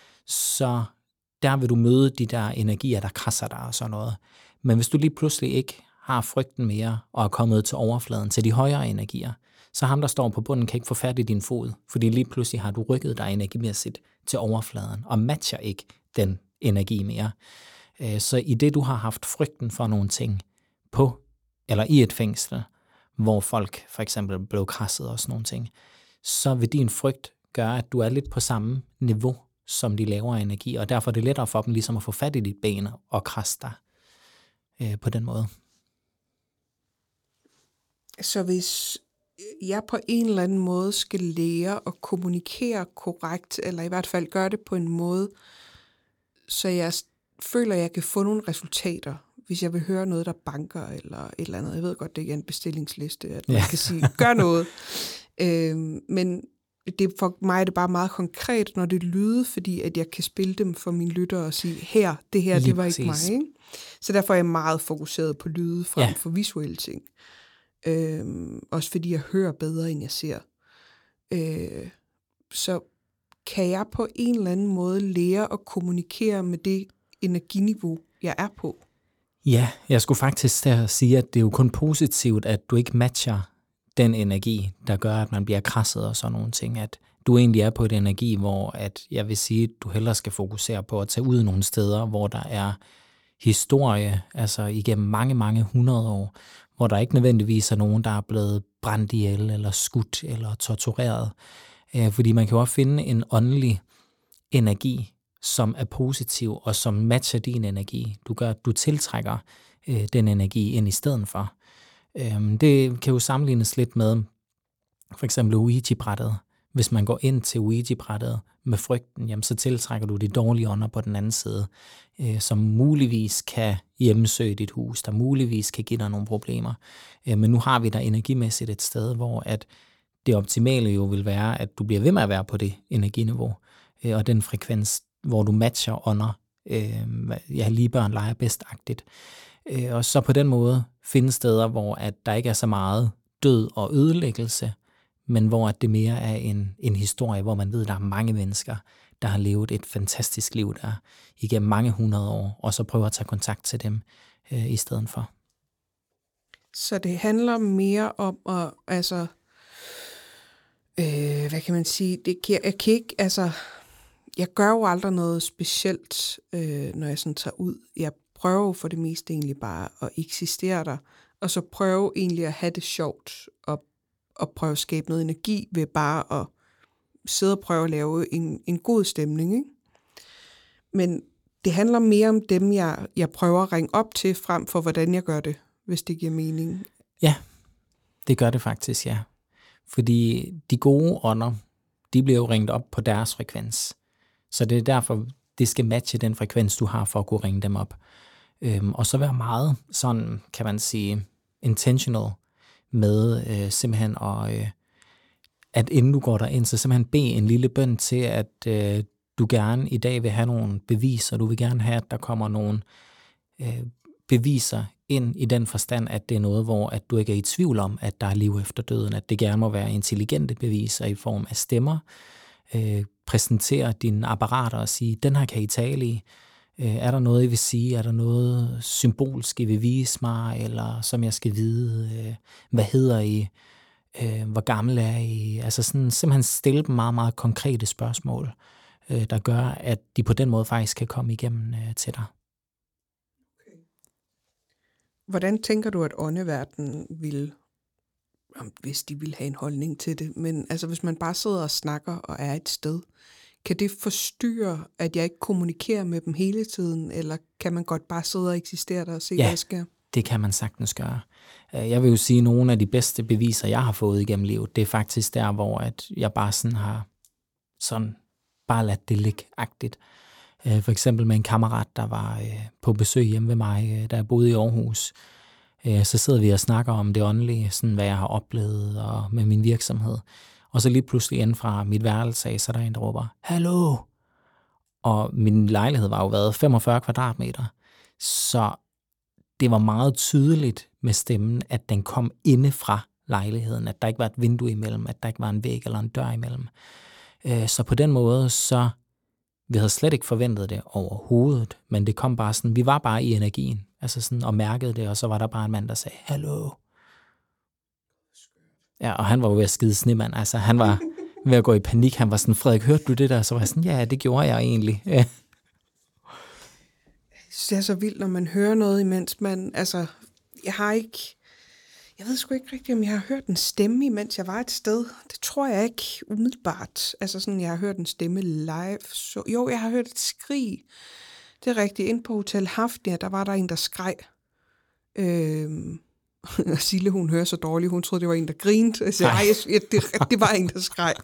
[SPEAKER 2] så der vil du møde de der energier, der krasser dig og sådan noget. Men hvis du lige pludselig ikke har frygten mere og er kommet til overfladen, til de højere energier, så ham, der står på bunden, kan ikke få fat i din fod, fordi lige pludselig har du rykket dig energimæssigt til overfladen og matcher ikke den energi mere. Så i det, du har haft frygten for nogle ting på, eller i et fængsel, hvor folk for eksempel blev krasset og sådan nogle ting, så vil din frygt gøre, at du er lidt på samme niveau som de lavere energi, og derfor er det lettere for dem ligesom at få fat i dit ben og krasse dig på den måde.
[SPEAKER 1] Så hvis jeg på en eller anden måde skal lære at kommunikere korrekt, eller i hvert fald gøre det på en måde, så jeg føler, at jeg kan få nogle resultater, hvis jeg vil høre noget, der banker, eller et eller andet. Jeg ved godt, det ikke er en bestillingsliste, at man kan sige, gør noget. Men det for mig er det bare meget konkret, når det lyder, fordi at jeg kan spille dem for mine lyttere og sige, det her, det var ikke mig. Ikke? Så derfor er jeg meget fokuseret på lyde frem for visuelle ting. Også fordi jeg hører bedre, end jeg ser. Så kan jeg på en eller anden måde lære at kommunikere med det energiniveau, jeg er på?
[SPEAKER 2] Ja, jeg skulle faktisk sige, at det er jo kun positivt, at du ikke matcher den energi, der gør, at man bliver krasset og sådan nogle ting. At du egentlig er på et energi, hvor at jeg vil sige, at du hellere skal fokusere på at tage ud nogle steder, hvor der er historie, altså igennem mange, mange 100 år, hvor der ikke nødvendigvis er nogen, der er blevet brændt ihjel, eller skudt, eller tortureret. Fordi man kan jo også finde en åndelig energi, som er positiv, og som matcher din energi. Du tiltrækker den energi ind i stedet for. Det kan jo sammenlignes lidt med for eksempel Ouija-brættet. Hvis man går ind til Ouija-brættet med frygten, jamen, så tiltrækker du de dårlige ånder på den anden side, som muligvis kan hjemmesøge dit hus, der muligvis kan give dig nogle problemer. Men nu har vi der energimæssigt et sted, hvor at det optimale jo vil være, at du bliver ved med at være på det energiniveau, og den frekvens, hvor du matcher ånder, lige børn leger bedst-agtigt. Og så på den måde finde steder, hvor at der ikke er så meget død og ødelæggelse, men hvor at det mere er en historie, hvor man ved, at der er mange mennesker, der har levet et fantastisk liv der igennem mange 100 år, og så prøver at tage kontakt til dem i stedet for.
[SPEAKER 1] Så det handler mere om at, altså, hvad kan man sige, jeg kan ikke, altså, jeg gør jo aldrig noget specielt, når jeg sådan tager ud. Jeg prøver jo for det meste egentlig bare at eksistere der, og så prøve egentlig at have det sjovt, og prøve at skabe noget energi ved bare at sidde og prøve at lave en god stemning, ikke? Men det handler mere om dem, jeg prøver at ringe op til, frem for hvordan jeg gør det, hvis det giver mening.
[SPEAKER 2] Ja, det gør det faktisk, ja. Fordi de gode ånder, de bliver jo ringet op på deres frekvens. Så det er derfor, det skal matche den frekvens, du har for at kunne ringe dem op. Og så være meget sådan, kan man sige, intentional med simpelthen at inden du går derind, så simpelthen bede en lille bøn til, at du gerne i dag vil have nogle beviser. Du vil gerne have, at der kommer nogle beviser ind i den forstand, at det er noget, hvor at du ikke er i tvivl om, at der er liv efter døden, at det gerne må være intelligente beviser i form af stemmer. Præsentere dine apparater og sige, den her kan I tale i. Er der noget, I vil sige? Er der noget symbolsk, I vil vise mig? Eller som jeg skal vide? Hvad hedder I? Hvor gammel er I? Altså sådan, simpelthen stille dem meget, meget konkrete spørgsmål, der gør, at de på den måde faktisk kan komme igennem til dig.
[SPEAKER 1] Okay. Hvordan tænker du, at åndeverdenen vil, hvis de vil have en holdning til det, men altså hvis man bare sidder og snakker og er et sted, kan det forstyrre, at jeg ikke kommunikerer med dem hele tiden, eller kan man godt bare sidde og eksistere der og se, hvad der sker?
[SPEAKER 2] Det kan man sagtens gøre. Jeg vil jo sige, at nogle af de bedste beviser, jeg har fået igennem livet, det er faktisk der, hvor at jeg bare sådan har bare ladt det ligge-agtigt. For eksempel med en kammerat, der var på besøg hjemme ved mig, da jeg boede i Aarhus. Så sidder vi og snakker om det åndelige, sådan hvad jeg har oplevet og med min virksomhed. Og så lige pludselig inden fra mit værelse af, så er der en, der råber, hallo! Og min lejlighed var jo været 45 kvadratmeter. Så det var meget tydeligt med stemmen, at den kom inde fra lejligheden, at der ikke var et vindue imellem, at der ikke var en væg eller en dør imellem. Så på den måde, så vi havde slet ikke forventet det overhovedet, men det kom bare sådan, vi var bare i energien, altså sådan, og mærkede det, og så var der bare en mand, der sagde, hallo. Ja, og han var jo ved at skide snemand, altså han var ved at gå i panik, han var sådan, Frederik, hørte du det der? Så var jeg sådan, ja, det gjorde jeg egentlig. Ja.
[SPEAKER 1] Det er så vildt, når man hører noget, imens man, altså, jeg ved sgu ikke rigtigt, om jeg har hørt en stemme, imens jeg var et sted. Det tror jeg ikke umiddelbart. Altså sådan, jeg har hørt en stemme live. Så, jo, jeg har hørt et skrig. Det er rigtigt. Inde på Hotel Hafnia, der var der en, der skreg. Og Sille, hun hører så dårligt. Hun troede, det var en, der grinte. Jeg sagde, det var en, der skreg.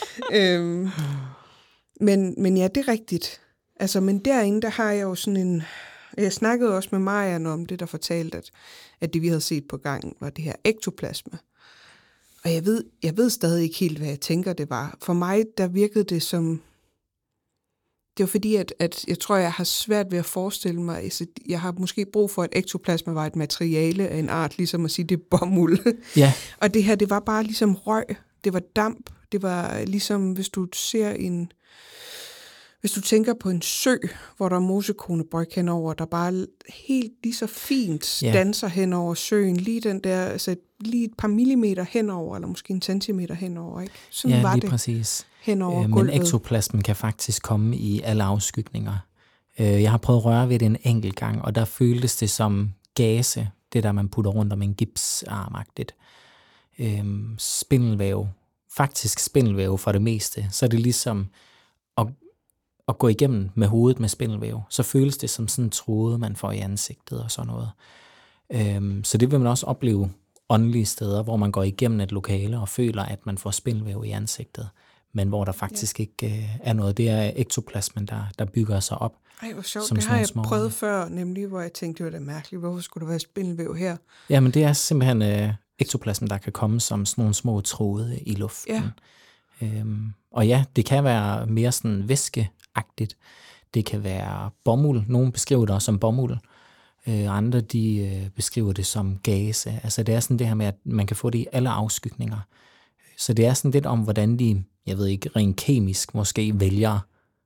[SPEAKER 1] Men ja, det er rigtigt. Altså, men derinde, der har jeg jo sådan en... Jeg snakkede også med Marian om det, der fortalte, at det, vi havde set på gangen, var det her ektoplasma. Og jeg ved stadig ikke helt, hvad jeg tænker, det var. For mig, der virkede det som... Det var fordi, at jeg tror, jeg har svært ved at forestille mig... Altså, jeg har måske brug for, at ektoplasma var et materiale af en art, ligesom at sige, det er bomuld.
[SPEAKER 2] Ja.
[SPEAKER 1] Og det her, det var bare ligesom røg. Det var damp. Det var ligesom, hvis du ser en... Hvis du tænker på en sø, hvor der er mosekonebryg henover, der bare helt lige så fint danser hen over søen, lige den der, altså lige et par millimeter henover, eller måske en centimeter henover, ikke? Sådan var det
[SPEAKER 2] præcis.
[SPEAKER 1] Henover
[SPEAKER 2] Men
[SPEAKER 1] gulvet.
[SPEAKER 2] ektoplasmen kan faktisk komme i alle afskygninger. Jeg har prøvet at røre ved det en enkelt gang, og der føltes det som gase, det der man putter rundt om en gipsarmagtigt. Spindelvæv, faktisk spindelvæv for det meste, så er det ligesom at gå igennem med hovedet med spindelvæv, så føles det som sådan en tråde, man får i ansigtet og sådan noget. Så det vil man også opleve åndelige steder, hvor man går igennem et lokale og føler, at man får spindelvæv i ansigtet, men hvor der faktisk ikke er noget. Det er ektoplasmen, der bygger sig op.
[SPEAKER 1] Ej, hvor sjovt. Det har jeg prøvet før, nemlig, hvor jeg tænkte, det var da mærkeligt. Hvorfor skulle der være spindelvæv her?
[SPEAKER 2] Ja, men det er simpelthen ektoplasmen, der kan komme som sådan nogle små tråde i luften. Ja. Og ja, det kan være mere sådan væskeagtigt. Det kan være bomuld. Nogle beskriver det også som bomuld. Andre, de beskriver det som gase. Altså det er sådan det her med, at man kan få det i alle afskygninger. Så det er sådan lidt om, hvordan de, jeg ved ikke, rent kemisk måske vælger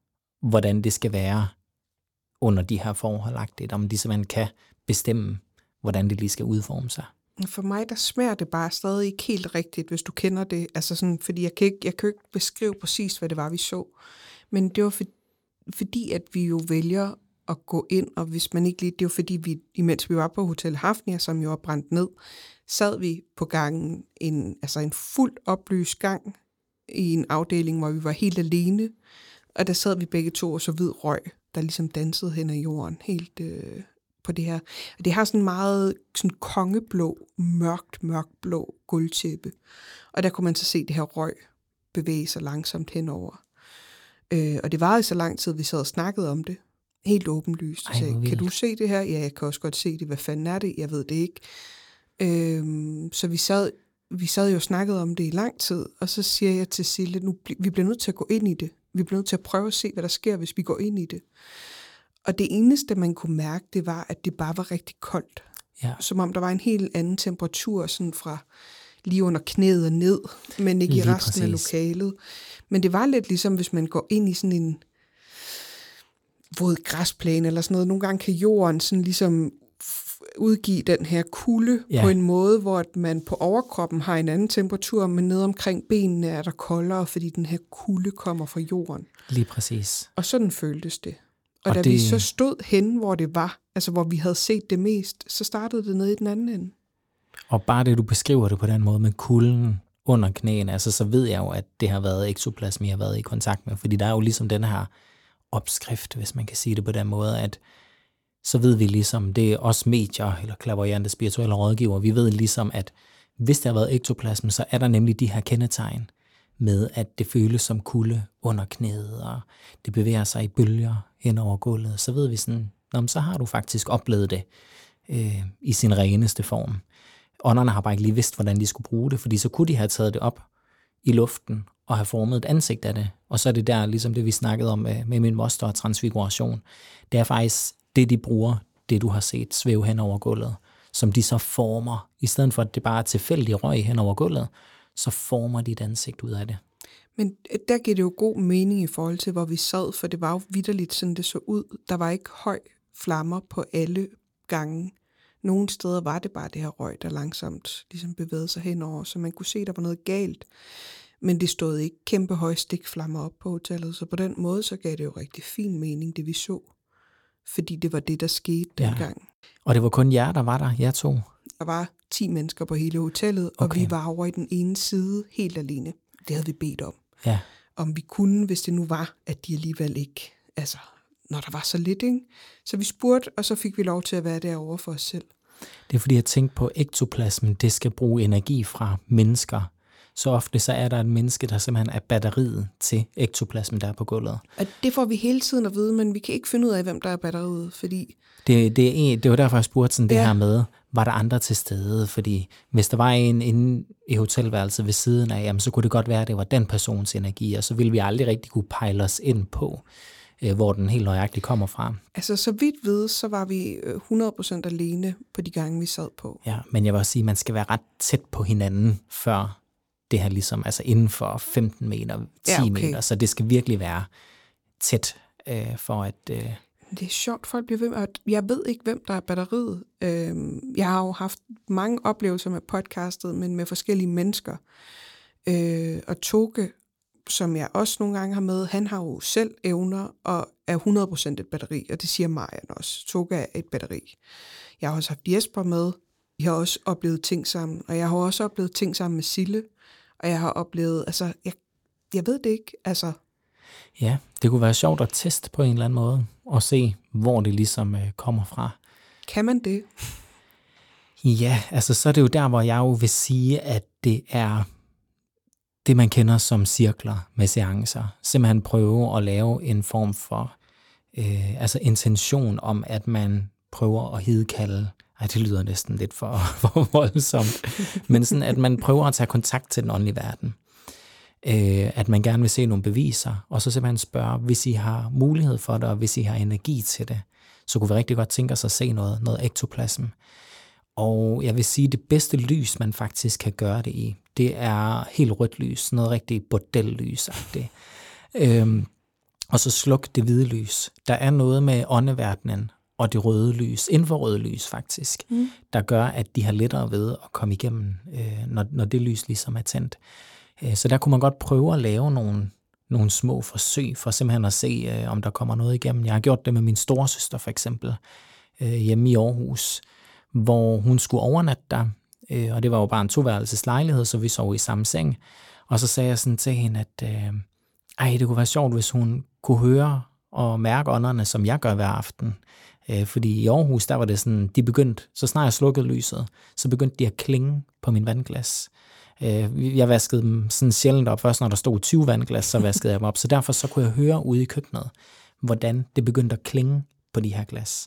[SPEAKER 2] hvordan det skal være under de her forholdagtigt, om de simpelthen kan bestemme, hvordan det lige skal udforme sig.
[SPEAKER 1] For mig, der smager det bare stadig ikke helt rigtigt, hvis du kender det. Altså sådan, fordi jeg kan ikke beskrive præcis, hvad det var, vi så. Men det var fordi, at vi jo vælger at gå ind, og hvis man ikke lige, det var fordi, imens vi var på Hotel Hafnia, som jo var brændt ned, sad vi på gangen, en fuldt oplyst gang i en afdeling, hvor vi var helt alene, og der sad vi begge to og så hvid røg, der ligesom dansede hen ad jorden, helt på det her. Og det har sådan meget sådan kongeblå, mørkt blå guldtæppe, og der kunne man så se det her røg bevæge sig langsomt henover. Og det varede så lang tid, vi sad og snakkede om det. Helt åbenlyst. Kan du se det her? Ja, jeg kan også godt se det. Hvad fanden er det? Jeg ved det ikke. Så vi sad jo og snakkede om det i lang tid, og så siger jeg til Sille, nu vi bliver nødt til at gå ind i det. Vi bliver nødt til at prøve at se, hvad der sker, hvis vi går ind i det. Og det eneste, man kunne mærke, det var, at det bare var rigtig koldt. Ja. Som om der var en helt anden temperatur, sådan fra lige under knæet og ned, men ikke lige i resten præcis. Af lokalet. Men det var lidt ligesom, hvis man går ind i sådan en våd græsplæne eller sådan noget. Nogle gange kan jorden sådan ligesom udgive den her kulde på en måde, hvor man på overkroppen har en anden temperatur, men nede omkring benene er der koldere, fordi den her kulde kommer fra jorden.
[SPEAKER 2] Lige præcis.
[SPEAKER 1] Og sådan føltes det. Og da vi så stod hen, hvor det var, altså hvor vi havde set det mest, så startede det nede i den anden ende.
[SPEAKER 2] Og bare det, du beskriver det på den måde med kulden under knæene, altså så ved jeg jo, at det har været ektoplasmi, jeg har været i kontakt med, fordi der er jo ligesom den her opskrift, hvis man kan sige det på den måde, at så ved vi ligesom, det er os medier, eller clairvoyante spirituelle rådgiver, vi ved ligesom, at hvis der har været ektoplasm, så er der nemlig de her kendetegn med, at det føles som kulde under knæet, og det bevæger sig i bølger hen over gulvet, så ved vi sådan, så har du faktisk oplevet det i sin reneste form. Ånderne har bare ikke lige vidst, hvordan de skulle bruge det, fordi så kunne de have taget det op i luften og have formet et ansigt af det. Og så er det der, ligesom det vi snakkede om med min moster og transfiguration. Det er faktisk det, de bruger, det du har set svæve hen over gulvet, som de så former. I stedet for, at det bare er tilfældig røg hen over gulvet, så former de et ansigt ud af det.
[SPEAKER 1] Men der giver det jo god mening i forhold til, hvor vi sad, for det var jo vitterligt, sådan det så ud. Der var ikke høj flammer på alle gange. Nogle steder var det bare det her røg, der langsomt ligesom bevægede sig henover, så man kunne se, der var noget galt. Men det stod ikke kæmpe høje stikflammer op på hotellet, så på den måde, så gav det jo rigtig fin mening, det vi så. Fordi det var det, der skete dengang.
[SPEAKER 2] Og det var kun jer, der var der, jer to?
[SPEAKER 1] Der var 10 mennesker på hele hotellet, og vi var over i den ene side helt alene. Det havde vi bedt om. Ja. Om vi kunne, hvis det nu var, at de alligevel ikke, altså når der var så lidt, ikke? Så vi spurgte, og så fik vi lov til at være derovre for os selv.
[SPEAKER 2] Det er fordi, jeg tænkte på ektoplasmen, det skal bruge energi fra mennesker. Så ofte så er der et menneske, der simpelthen er batteriet til ektoplasmen, der er på gulvet.
[SPEAKER 1] Og det får vi hele tiden at vide, men vi kan ikke finde ud af, hvem der er batteriet, fordi...
[SPEAKER 2] Det var derfor, jeg spurgte sådan det her med, var der andre til stede? Fordi hvis der var en inde i hotelværelset ved siden af, jamen, så kunne det godt være, at det var den persons energi, og så ville vi aldrig rigtig kunne pejle os ind på, hvor den helt nøjagtigt kommer fra.
[SPEAKER 1] Altså, så vidt ved, så var vi 100% alene på de gange, vi sad på.
[SPEAKER 2] Ja, men jeg vil også sige, at man skal være ret tæt på hinanden, før det her ligesom, altså inden for 15 meter, 10 meter, så det skal virkelig være tæt for at...
[SPEAKER 1] Det er sjovt, folk bliver ved med, jeg ved ikke, hvem der er batteriet. Jeg har jo haft mange oplevelser med podcastet, men med forskellige mennesker. Og Toge, som jeg også nogle gange har med, han har jo selv evner og er 100% et batteri, og det siger Marian også. Toge er et batteri. Jeg har også haft Jesper med. Vi har også oplevet ting sammen, og jeg har også oplevet ting sammen med Sille, og jeg har oplevet, altså, jeg ved det ikke, altså.
[SPEAKER 2] Ja, det kunne være sjovt at teste på en eller anden måde, og se, hvor det ligesom kommer fra.
[SPEAKER 1] Kan man det?
[SPEAKER 2] Ja, altså så er det jo der, hvor jeg jo vil sige, at det er det, man kender som cirkler med seancer. Simpelthen prøve at lave en form for altså intention om, at man prøver at hidkalde. Det lyder næsten lidt for voldsomt. Men sådan, at man prøver at tage kontakt til den åndelige verden. At man gerne vil se nogle beviser, og så simpelthen spørge, hvis I har mulighed for det, og hvis I har energi til det, så kunne vi rigtig godt tænke os at se noget ektoplasm. Og jeg vil sige, at det bedste lys, man faktisk kan gøre det i, det er helt rødt lys, noget rigtig bordellys-agtigt. og så sluk det hvide lys. Der er noget med åndeverdenen og det røde lys, infrarøde lys faktisk, der gør, at de har lettere ved at komme igennem, når det lys ligesom er tændt. Så der kunne man godt prøve at lave nogle små forsøg for simpelthen at se, om der kommer noget igennem. Jeg har gjort det med min storesøster for eksempel, hjemme i Aarhus, hvor hun skulle overnatte der, og det var jo bare en 2-værelses lejlighed, så vi sov i samme seng. Og så sagde jeg sådan til hende, at det kunne være sjovt, hvis hun kunne høre og mærke ånderne, som jeg gør hver aften. Fordi i Aarhus, der var det sådan, de begyndte, så snart jeg slukkede lyset, så begyndte de at klinge på min vandglas. Jeg vaskede dem sådan sjældent op, først når der stod 20 vandglas, så vaskede jeg dem op. Så derfor så kunne jeg høre ude i køkkenet, hvordan det begyndte at klinge på de her glas.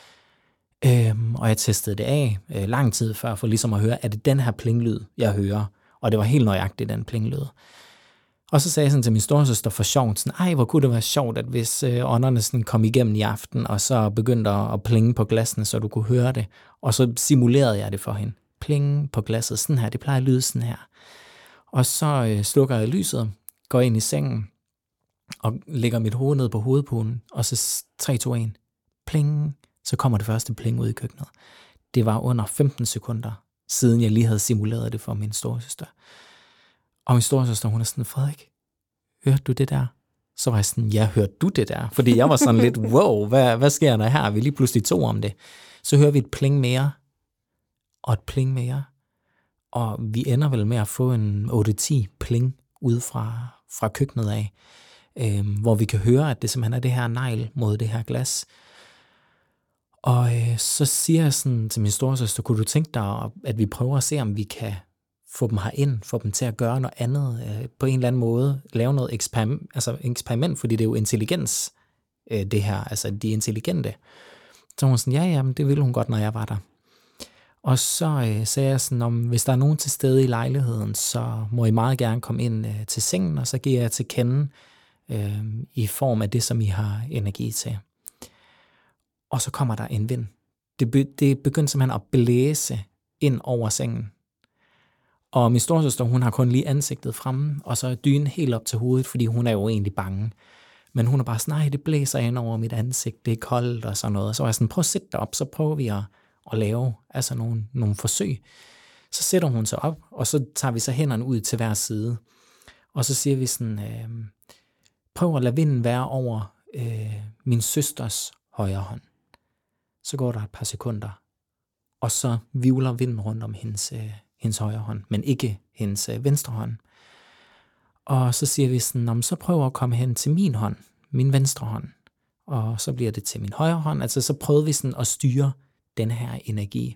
[SPEAKER 2] Og jeg testede det af lang tid før, for ligesom at høre, er det den her plinglyd, jeg hører? Og det var helt nøjagtigt, den plinglyd. Og så sagde jeg sådan til min storesøster for sjovt, sådan, hvor kunne det være sjovt, at hvis ånderne sådan kom igennem i aften, og så begyndte at plinge på glassene, så du kunne høre det. Og så simulerede jeg det for hende. Plinge på glasset, sådan her, det plejer at lyde sådan her. Og så slukker jeg lyset, går ind i sengen, og lægger mit hoved ned på hovedpuden, og så 3, 2, 1, pling, så kommer det første pling ud i køkkenet. Det var under 15 sekunder, siden jeg lige havde simuleret det for min storesøster. Og min storesøster, hun er sådan, Frederik, hørte du det der? Så var jeg sådan, ja, hørte du det der? Fordi jeg var sådan lidt, wow, hvad sker der her? Vi lige pludselig to om det. Så hører vi et pling mere, og et pling mere. Og vi ender vel med at få en 8-10 pling ud fra køkkenet af, hvor vi kan høre, at det simpelthen er det her negl mod det her glas. Og så siger jeg sådan til min storesøster, kunne du tænke dig, at vi prøver at se, om vi kan få dem herind, få dem til at gøre noget andet, på en eller anden måde, lave noget eksperiment, fordi det er jo intelligens, det her, altså de er intelligente. Så hun sådan, ja, men det ville hun godt, når jeg var der. Og så sagde jeg sådan, om hvis der er nogen til stede i lejligheden, så må I meget gerne komme ind til sengen, og så giver jeg til kende i form af det, som I har energi til. Og så kommer der en vind. Det begyndte simpelthen at blæse ind over sengen. Og min storesøster, hun har kun lige ansigtet fremme, og så er dynen helt op til hovedet, fordi hun er jo egentlig bange. Men hun er bare sådan, nej, det blæser ind over mit ansigt, det er koldt og sådan noget. Og så var jeg sådan, prøv at sætte dig op, så prøver vi at lave altså nogle forsøg. Så sætter hun sig op, og så tager vi så hænderne ud til hver side. Og så siger vi sådan, prøv at lade vinden være over min søsters højre hånd. Så går der et par sekunder, og så vivler vinden rundt om hendes højre hånd, men ikke hendes venstre hånd. Og så siger vi sådan, så prøv at komme hen til min hånd, min venstre hånd, og så bliver det til min højre hånd. Altså så prøvede vi sådan at styre den her energi.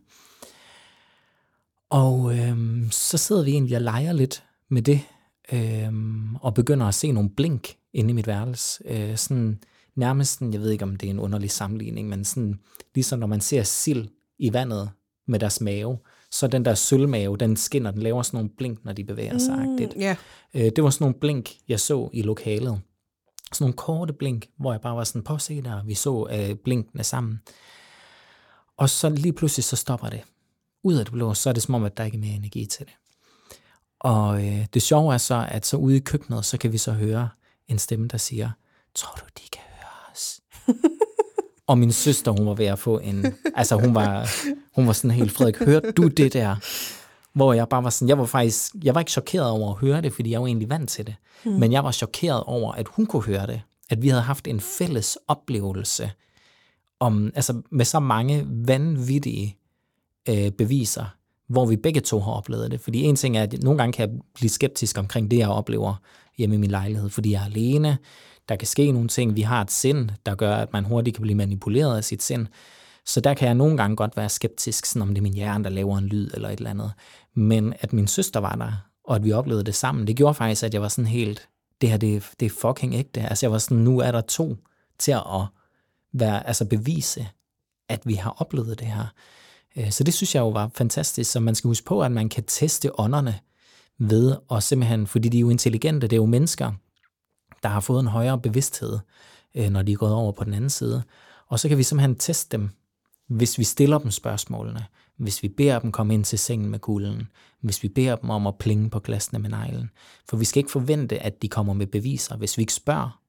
[SPEAKER 2] Og så sidder vi egentlig og leger lidt med det, og begynder at se nogle blink inde i mit værelse. Sådan nærmest sådan, jeg ved ikke om det er en underlig sammenligning, men sådan, ligesom når man ser sild i vandet med deres mave, så den der sølvmave, den skinner, den laver sådan nogle blink, når de bevæger sig.
[SPEAKER 1] Yeah.
[SPEAKER 2] Det var sådan nogle blink, jeg så i lokalet. Sådan nogle korte blink, hvor jeg bare var sådan, prøv at se der, vi så blinkene sammen. Og så lige pludselig, så stopper det. Ud af det blå, så er det som om, at der ikke er mere energi til det. Og det sjove er så, at så ude i køkkenet, så kan vi så høre en stemme, der siger, tror du, de kan høre os? Og min søster, hun var ved at få altså hun var sådan helt, Frederik, hørte du det der? Hvor jeg bare var sådan, jeg var ikke chokeret over at høre det, fordi jeg var egentlig vant til det. Men jeg var chokeret over, at hun kunne høre det. At vi havde haft en fælles oplevelse altså med så mange vanvittige beviser, hvor vi begge to har oplevet det. Fordi en ting er, at nogle gange kan jeg blive skeptisk omkring det, jeg oplever hjemme i min lejlighed, fordi jeg er alene. Der kan ske nogle ting. Vi har et sind, der gør, at man hurtigt kan blive manipuleret af sit sind. Så der kan jeg nogle gange godt være skeptisk, sådan om det er min hjerne, der laver en lyd eller et eller andet. Men at min søster var der, og at vi oplevede det sammen, det gjorde faktisk, at jeg var sådan helt, det her, det er fucking ægte. Altså jeg var sådan, nu er der to til at være, altså bevise, at vi har oplevet det her. Så det synes jeg jo var fantastisk. Så man skal huske på, at man kan teste ånderne ved, og simpelthen, fordi de er jo intelligente, det er jo mennesker, der har fået en højere bevidsthed, når de er gået over på den anden side. Og så kan vi simpelthen teste dem, hvis vi stiller dem spørgsmålene, hvis vi beder dem komme ind til sengen med kuglen, hvis vi beder dem om at plinge på glasene med neglen. For vi skal ikke forvente, at de kommer med beviser. Hvis vi ikke spørger,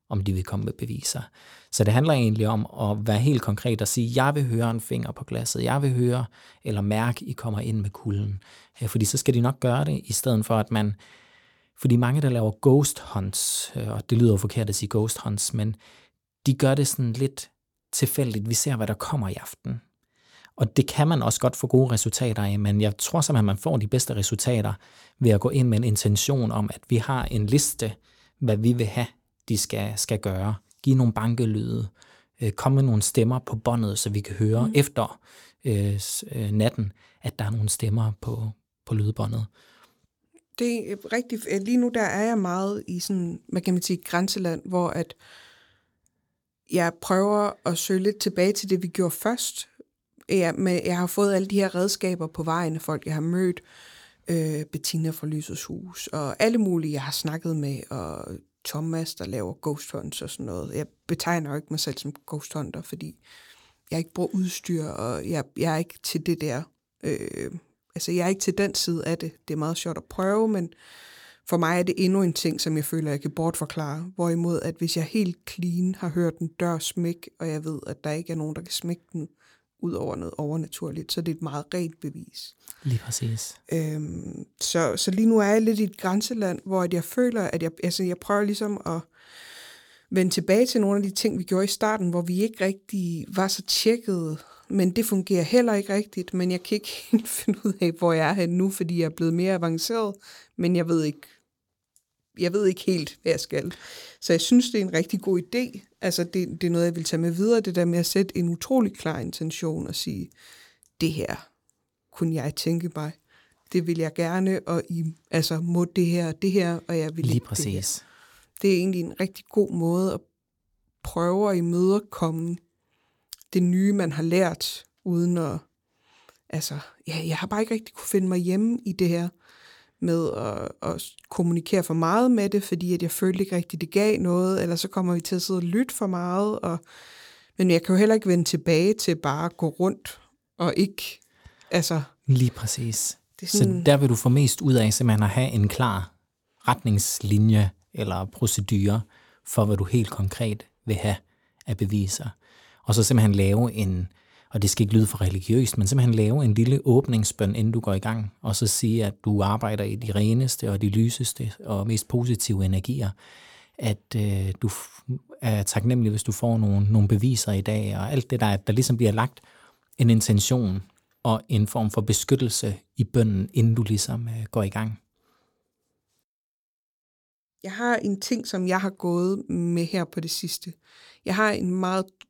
[SPEAKER 2] om de vil komme med beviser. Så det handler egentlig om at være helt konkret og sige, jeg vil høre en finger på glasset, jeg vil høre eller mærke, I kommer ind med kulden. Fordi så skal de nok gøre det, i stedet for at man... Fordi mange, der laver ghost hunts, og det lyder jo forkert at sige ghost hunts, men de gør det sådan lidt tilfældigt. Vi ser, hvad der kommer i aften. Og det kan man også godt få gode resultater af, men jeg tror simpelthen, man får de bedste resultater ved at gå ind med en intention om, at vi har en liste, hvad vi vil have, de skal gøre. Give nogle bankelyde, komme med nogle stemmer på båndet, så vi kan høre efter natten, at der er nogle stemmer på lydbåndet.
[SPEAKER 1] Det er rigtigt. Lige nu der er jeg meget i sådan, hvad kan man sige, grænseland, hvor at jeg prøver at søge lidt tilbage til det, vi gjorde først. Jeg har fået alle de her redskaber på vejen af folk, jeg har mødt. Bettina fra Lysets Hus, og alle mulige, jeg har snakket med, og Thomas, der laver ghost hunts og sådan noget. Jeg betegner jo ikke mig selv som ghost hunter, fordi jeg ikke bruger udstyr, og jeg er ikke til det der. Jeg er ikke til den side af det. Det er meget sjovt at prøve, men for mig er det endnu en ting, som jeg føler, jeg kan bortforklare. Hvorimod, at hvis jeg helt clean har hørt en dør smæk, og jeg ved, at der ikke er nogen, der kan smække den ud over noget overnaturligt, så det er et meget rent bevis.
[SPEAKER 2] Lige præcis.
[SPEAKER 1] Så lige nu er jeg lidt i et grænseland, hvor jeg føler, at jeg prøver ligesom at vende tilbage til nogle af de ting, vi gjorde i starten, hvor vi ikke rigtig var så tjekkede, men det fungerer heller ikke rigtigt, men jeg kan ikke helt finde ud af, hvor jeg er henne nu, fordi jeg er blevet mere avanceret, men jeg ved ikke helt, hvad jeg skal. Så jeg synes, det er en rigtig god idé. Altså, det er noget, jeg vil tage med videre, det der med at sætte en utrolig klar intention og sige, det her kunne jeg tænke mig. Det vil jeg gerne, og må det her, og jeg vil
[SPEAKER 2] lige
[SPEAKER 1] ikke
[SPEAKER 2] præcis. Det her.
[SPEAKER 1] Det er egentlig en rigtig god måde at prøve at imødekomme det nye, man har lært, uden at... jeg har bare ikke rigtig kunne finde mig hjemme i det her med at kommunikere for meget med det, fordi at jeg følte ikke rigtig, det gav noget, eller så kommer vi til at sidde og lytte for meget, men jeg kan jo heller ikke vende tilbage til bare at gå rundt, og ikke...
[SPEAKER 2] Lige præcis.
[SPEAKER 1] Sådan...
[SPEAKER 2] Så der vil du få mest ud af simpelthen at have en klar retningslinje eller procedure for, hvad du helt konkret vil have af beviser. Og så simpelthen lave og det skal ikke lyde for religiøst, men simpelthen lave en lille åbningsbøn, inden du går i gang, og så sige, at du arbejder i de reneste og de lyseste og mest positive energier. At du er taknemmelig, hvis du får nogle beviser i dag, og alt det der ligesom bliver lagt en intention og en form for beskyttelse i bønnen, inden du ligesom går i gang.
[SPEAKER 1] Jeg har en ting, som jeg har gået med her på det sidste. Jeg har en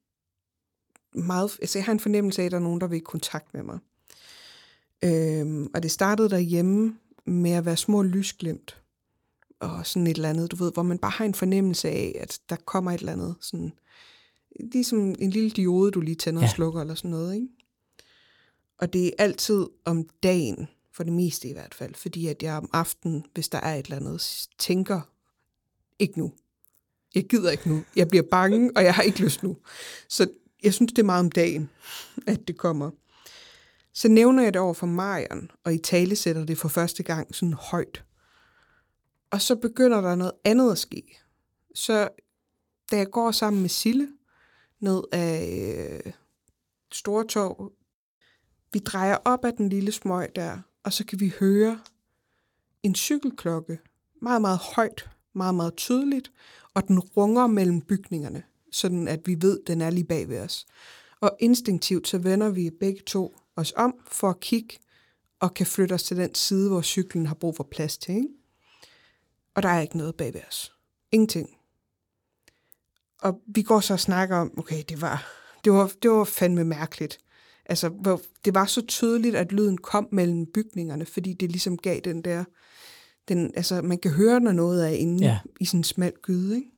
[SPEAKER 1] jeg har en fornemmelse af, at der er nogen, der vil i kontakt med mig. Og det startede derhjemme med at være små lysglimt. Og sådan et eller andet, du ved, hvor man bare har en fornemmelse af, at der kommer et eller andet. Sådan, ligesom en lille diode, du lige tænder og slukker eller sådan noget, ikke? Og det er altid om dagen, for det meste i hvert fald. Fordi at jeg om aftenen, hvis der er et eller andet, tænker, ikke nu. Jeg gider ikke nu. Jeg bliver bange, og jeg har ikke lyst nu. Så jeg synes, det er meget om dagen, at det kommer. Så nævner jeg det over for Marian, og i tale sætter det for første gang sådan højt. Og så begynder der noget andet at ske. Så da jeg går sammen med Sille ned af Stortorv, vi drejer op ad den lille smøg der, og så kan vi høre en cykelklokke, meget, meget højt, meget, meget tydeligt, og den runger mellem bygningerne, sådan at vi ved, at den er lige bag ved os. Og instinktivt så vender vi begge to os om for at kigge, og kan flytte os til den side, hvor cyklen har brug for plads til, ikke? Og der er ikke noget bag ved os. Ingenting. Og vi går så og snakker om, okay, det var fandme mærkeligt. Altså, det var så tydeligt, at lyden kom mellem bygningerne, fordi det ligesom gav man kan høre, når noget er inde i sådan en smal gyde, ikke?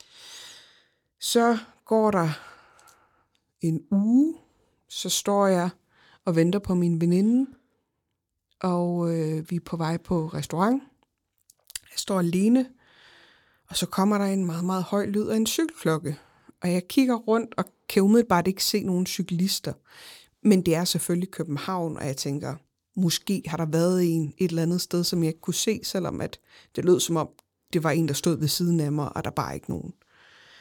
[SPEAKER 1] Så går der en uge, så står jeg og venter på min veninde, og vi er på vej på restaurant. Jeg står alene, og så kommer der en meget, meget høj lyd af en cykelklokke. Og jeg kigger rundt og kan umiddelbart ikke se nogen cyklister. Men det er selvfølgelig København, og jeg tænker, måske har der været en et eller andet sted, som jeg ikke kunne se, selvom at det lød som om, det var en, der stod ved siden af mig, og der bare ikke nogen.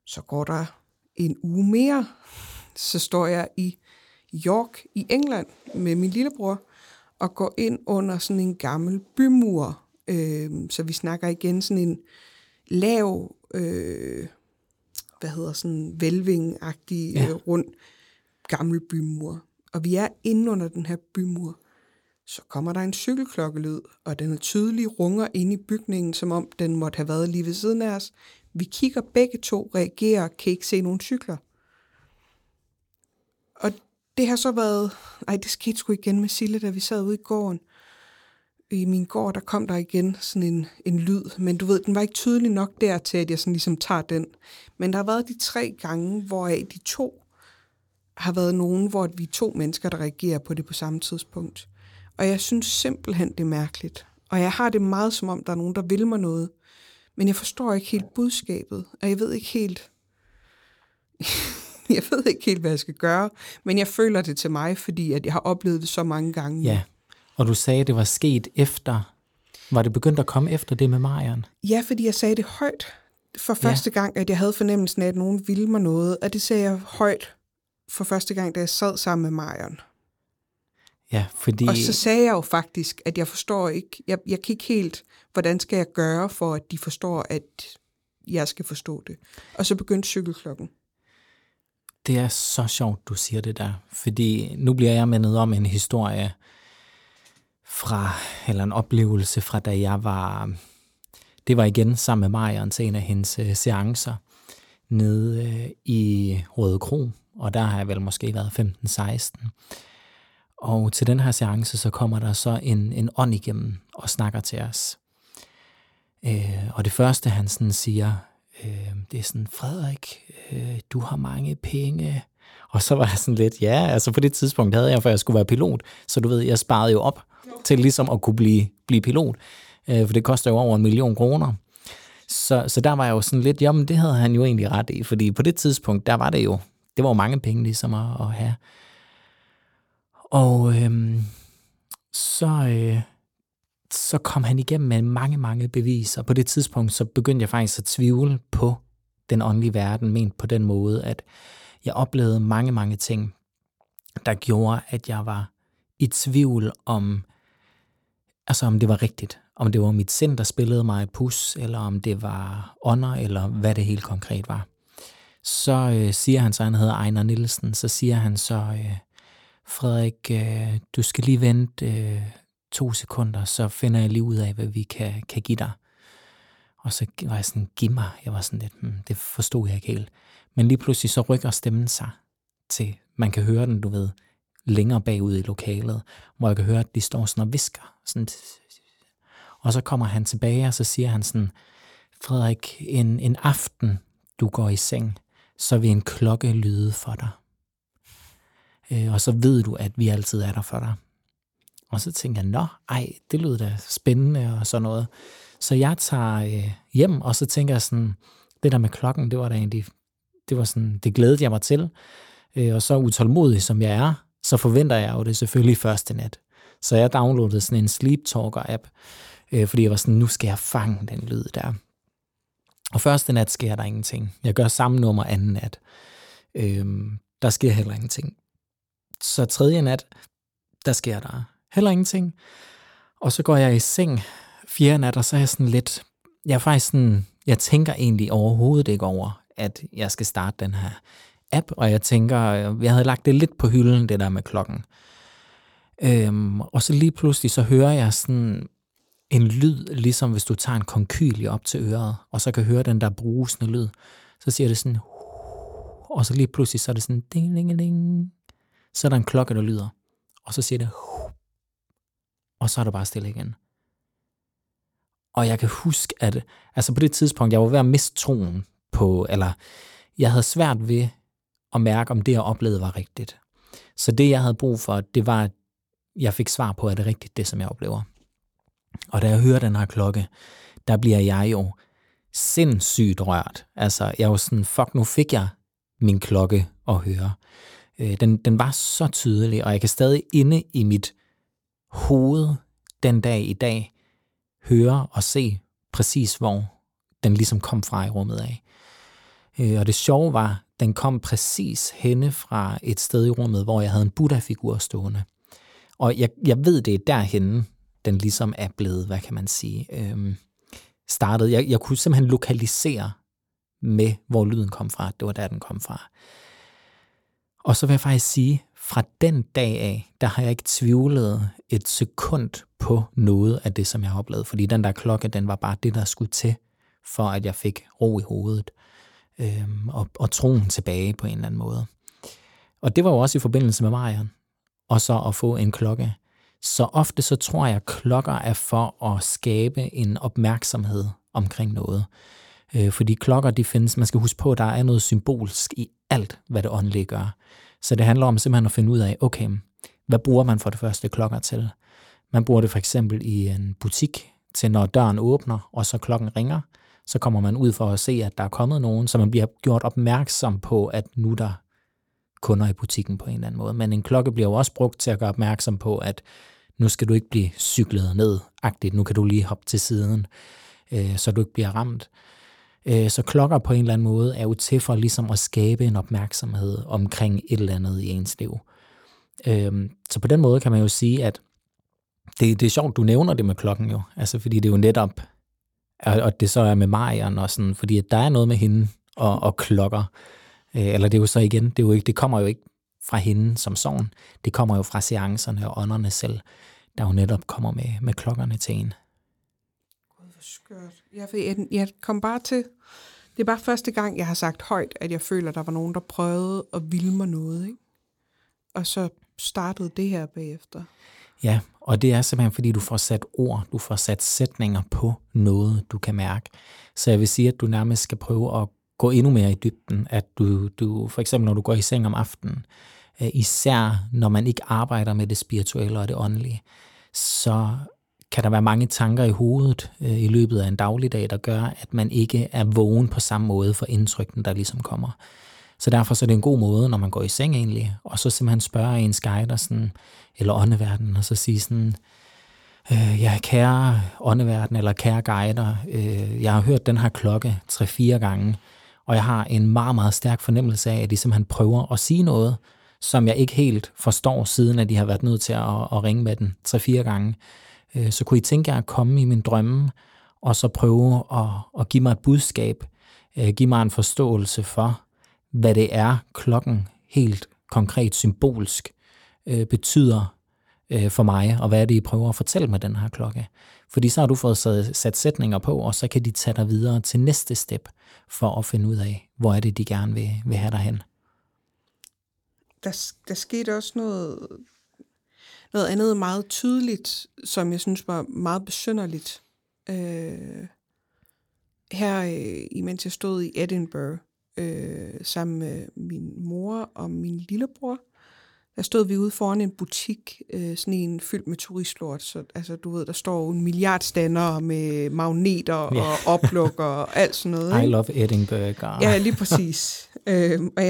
[SPEAKER 1] Så går der en uge mere, så står jeg i York i England med min lillebror og går ind under sådan en gammel bymur. Så vi snakker igen sådan en lav, sådan velving-agtig rund gammel bymur. Og vi er inde under den her bymur. Så kommer der en cykelklokkelyd, og den er tydelig runger inde i bygningen, som om den måtte have været lige ved siden af os. Vi kigger begge to, reagerer, kan ikke se nogen cykler. Og det har så været... det skete sgu igen med Sille, da vi sad ude i gården. I min gård, der kom der igen sådan en lyd, men du ved, den var ikke tydelig nok der til, at jeg sådan ligesom tager den. Men der har været de 3 gange, hvoraf de 2 har været nogen, hvor vi er 2 mennesker, der reagerer på det på samme tidspunkt. Og jeg synes simpelthen, det er mærkeligt. Og jeg har det meget som om, der er nogen, der vil mig noget. Men jeg forstår ikke helt budskabet, og jeg ved ikke helt... hvad jeg skal gøre. Men jeg føler det til mig, fordi at jeg har oplevet det så mange gange.
[SPEAKER 2] Ja, og du sagde, det var sket efter... Var det begyndt at komme efter det med Marian?
[SPEAKER 1] Ja, fordi jeg sagde det højt for første gang, at jeg havde fornemmelsen af, at nogen ville mig noget. Og det sagde jeg højt for første gang, da jeg sad sammen med Marian.
[SPEAKER 2] Ja, fordi...
[SPEAKER 1] Og så sagde jeg jo faktisk, at jeg forstår ikke, jeg kan ikke helt, hvordan skal jeg gøre, for at de forstår, at jeg skal forstå det. Og så begyndte cykelklokken.
[SPEAKER 2] Det er så sjovt, du siger det der, fordi nu bliver jeg mindet om en historie eller en oplevelse fra, da jeg var... Det var igen sammen med Marian til en af hendes seancer nede i Røde Kro, og der har jeg vel måske været 15-16. Og til den her seance, så kommer der så en ånd igennem og snakker til os. Og det første, han sådan siger, det er sådan, Frederik, du har mange penge. Og så var jeg sådan lidt, ja, altså på det tidspunkt havde jeg, for jeg skulle være pilot. Så du ved, jeg sparede jo op til ligesom at kunne blive pilot. For det koster jo over 1 million kroner. Så der var jeg jo sådan lidt, jamen det havde han jo egentlig ret i. Fordi på det tidspunkt, der var det jo mange penge ligesom at have. Og så kom han igennem med mange, mange beviser. På det tidspunkt, så begyndte jeg faktisk at tvivle på den åndelige verden, ment på den måde, at jeg oplevede mange, mange ting, der gjorde, at jeg var i tvivl om det var rigtigt. Om det var mit sind, der spillede mig et pus, eller om det var ånder, eller hvad det helt konkret var. Så siger han så, han hedder Ejner Nielsen, så siger han så, Frederik, du skal lige vente 2 sekunder, så finder jeg lige ud af, hvad vi kan give dig. Og så var jeg sådan, giv mig. Jeg var sådan lidt, det forstod jeg ikke helt. Men lige pludselig så rykker stemmen sig til, man kan høre den, du ved, længere bagud i lokalet, hvor jeg kan høre, at de står sådan og visker. Sådan. Og så kommer han tilbage, og så siger han sådan, Frederik, en aften, du går i seng, så vil en klokke lyde for dig. Og så ved du, at vi altid er der for dig. Og så tænker jeg, det lyder da spændende og sådan noget. Så jeg tager hjem, og så tænker jeg sådan, det der med klokken, det var da egentlig, det glædede jeg mig til. Og så utålmodig som jeg er, så forventer jeg jo det selvfølgelig første nat. Så jeg downloadede sådan en Sleep Talker-app, fordi jeg var sådan, nu skal jeg fange den lyd der. Og første nat sker der ingenting. Jeg gør samme nummer anden nat. Der sker heller ingenting. Så tredje nat, der sker der heller ingenting. Og så går jeg i seng fjerde nat, og så er jeg sådan lidt, jeg tænker egentlig overhovedet ikke over, at jeg skal starte den her app, og jeg tænker, jeg havde lagt det lidt på hylden, det der med klokken. Og så lige pludselig, så hører jeg sådan en lyd, ligesom hvis du tager en konkylie op til øret, og så kan høre den der brusende lyd, så siger det sådan, og så lige pludselig, så er det sådan, ding, ding, ding. Så er der en klokke, der lyder, og så siger det, og så er det bare stille igen. Og jeg kan huske, at på det tidspunkt, jeg var ved at miste troen på, eller jeg havde svært ved at mærke, om det, jeg oplevede, var rigtigt. Så det, jeg havde brug for, det var, at jeg fik svar på, at det er rigtigt, det som jeg oplever. Og da jeg hører den her klokke, der bliver jeg jo sindssygt rørt. Jeg er jo sådan, nu fik jeg min klokke at høre. Den var så tydelig, og jeg kan stadig inde i mit hoved den dag i dag høre og se præcis, hvor den ligesom kom fra i rummet af. Og det sjove var, den kom præcis henne fra et sted i rummet, hvor jeg havde en Buddha-figur stående. Og jeg ved, det er derhenne, den ligesom er blevet, hvad kan man sige, startet. Jeg kunne simpelthen lokalisere med, hvor lyden kom fra. Det var der, den kom fra. Og så vil jeg faktisk sige, fra den dag af, der har jeg ikke tvivlet et sekund på noget af det, som jeg har oplevet. Fordi den der klokke, den var bare det, der skulle til, for at jeg fik ro i hovedet. Og troen tilbage på en eller anden måde. Og det var jo også i forbindelse med Marian. Og så at få en klokke. Så ofte så tror jeg, at klokker er for at skabe en opmærksomhed omkring noget. Fordi klokker, de findes, man skal huske på, at der er noget symbolsk i alt, hvad det åndelige gør. Så det handler om simpelthen at finde ud af, okay, hvad bruger man for det første klokker til? Man bruger det for eksempel i en butik, til når døren åbner, og så klokken ringer, så kommer man ud for at se, at der er kommet nogen, så man bliver gjort opmærksom på, at nu der kunder i butikken på en eller anden måde. Men en klokke bliver jo også brugt til at gøre opmærksom på, at nu skal du ikke blive cyklet ned-agtigt, nu kan du lige hoppe til siden, så du ikke bliver ramt. Så klokker på en eller anden måde er jo til for ligesom at skabe en opmærksomhed omkring et eller andet i ens liv. Så på den måde kan man jo sige, at det er sjovt, du nævner det med klokken jo, altså fordi det er jo netop, og det så er med Marian og sådan, fordi at der er noget med hende og klokker, eller det er jo så igen, det kommer jo ikke fra hende som sådan, det kommer jo fra seancerne og ånderne selv, der jo netop kommer med klokkerne til en.
[SPEAKER 1] Skørt. Jeg kom bare til, det er bare første gang, jeg har sagt højt, at jeg føler, at der var nogen, der prøvede at ville mig noget, ikke? Og så startede det her bagefter.
[SPEAKER 2] Ja, og det er simpelthen, fordi du får sat ord, du får sat sætninger på noget, du kan mærke. Så jeg vil sige, at du nærmest skal prøve at gå endnu mere i dybden, at du for eksempel, når du går i seng om aftenen, især når man ikke arbejder med det spirituelle og det åndelige, så kan der være mange tanker i hovedet i løbet af en dagligdag, der gør, at man ikke er vågen på samme måde for indtrykken, der ligesom kommer. Så derfor så er det en god måde, når man går i seng egentlig, og så simpelthen spørger ens guider sådan, eller åndeverden, og så sige sådan, ja, kære åndeverden, eller kære guider, jeg har hørt den her klokke 3-4 gange, og jeg har en meget, meget stærk fornemmelse af, at de simpelthen prøver at sige noget, som jeg ikke helt forstår, siden at de har været nødt til at ringe med den 3-4 gange. Så kunne I tænke jer at komme i min drømme, og så prøve at give mig et budskab, give mig en forståelse for, hvad det er, klokken helt konkret symbolsk betyder for mig, og hvad er det, I prøver at fortælle med den her klokke. Fordi så har du fået sat sætninger på, og så kan de tage dig videre til næste step, for at finde ud af, hvor er det, de gerne vil have dig hen.
[SPEAKER 1] Der skete også noget andet meget tydeligt, som jeg synes var meget besynderligt. Imens jeg stod i Edinburgh, sammen med min mor og min lillebror, der stod vi ude foran en butik, sådan en fyldt med turistlort. Så altså, du ved, der står 1 milliard stander med magneter og oplukker og alt sådan noget.
[SPEAKER 2] I love Edinburgh.
[SPEAKER 1] Ja, lige præcis. Og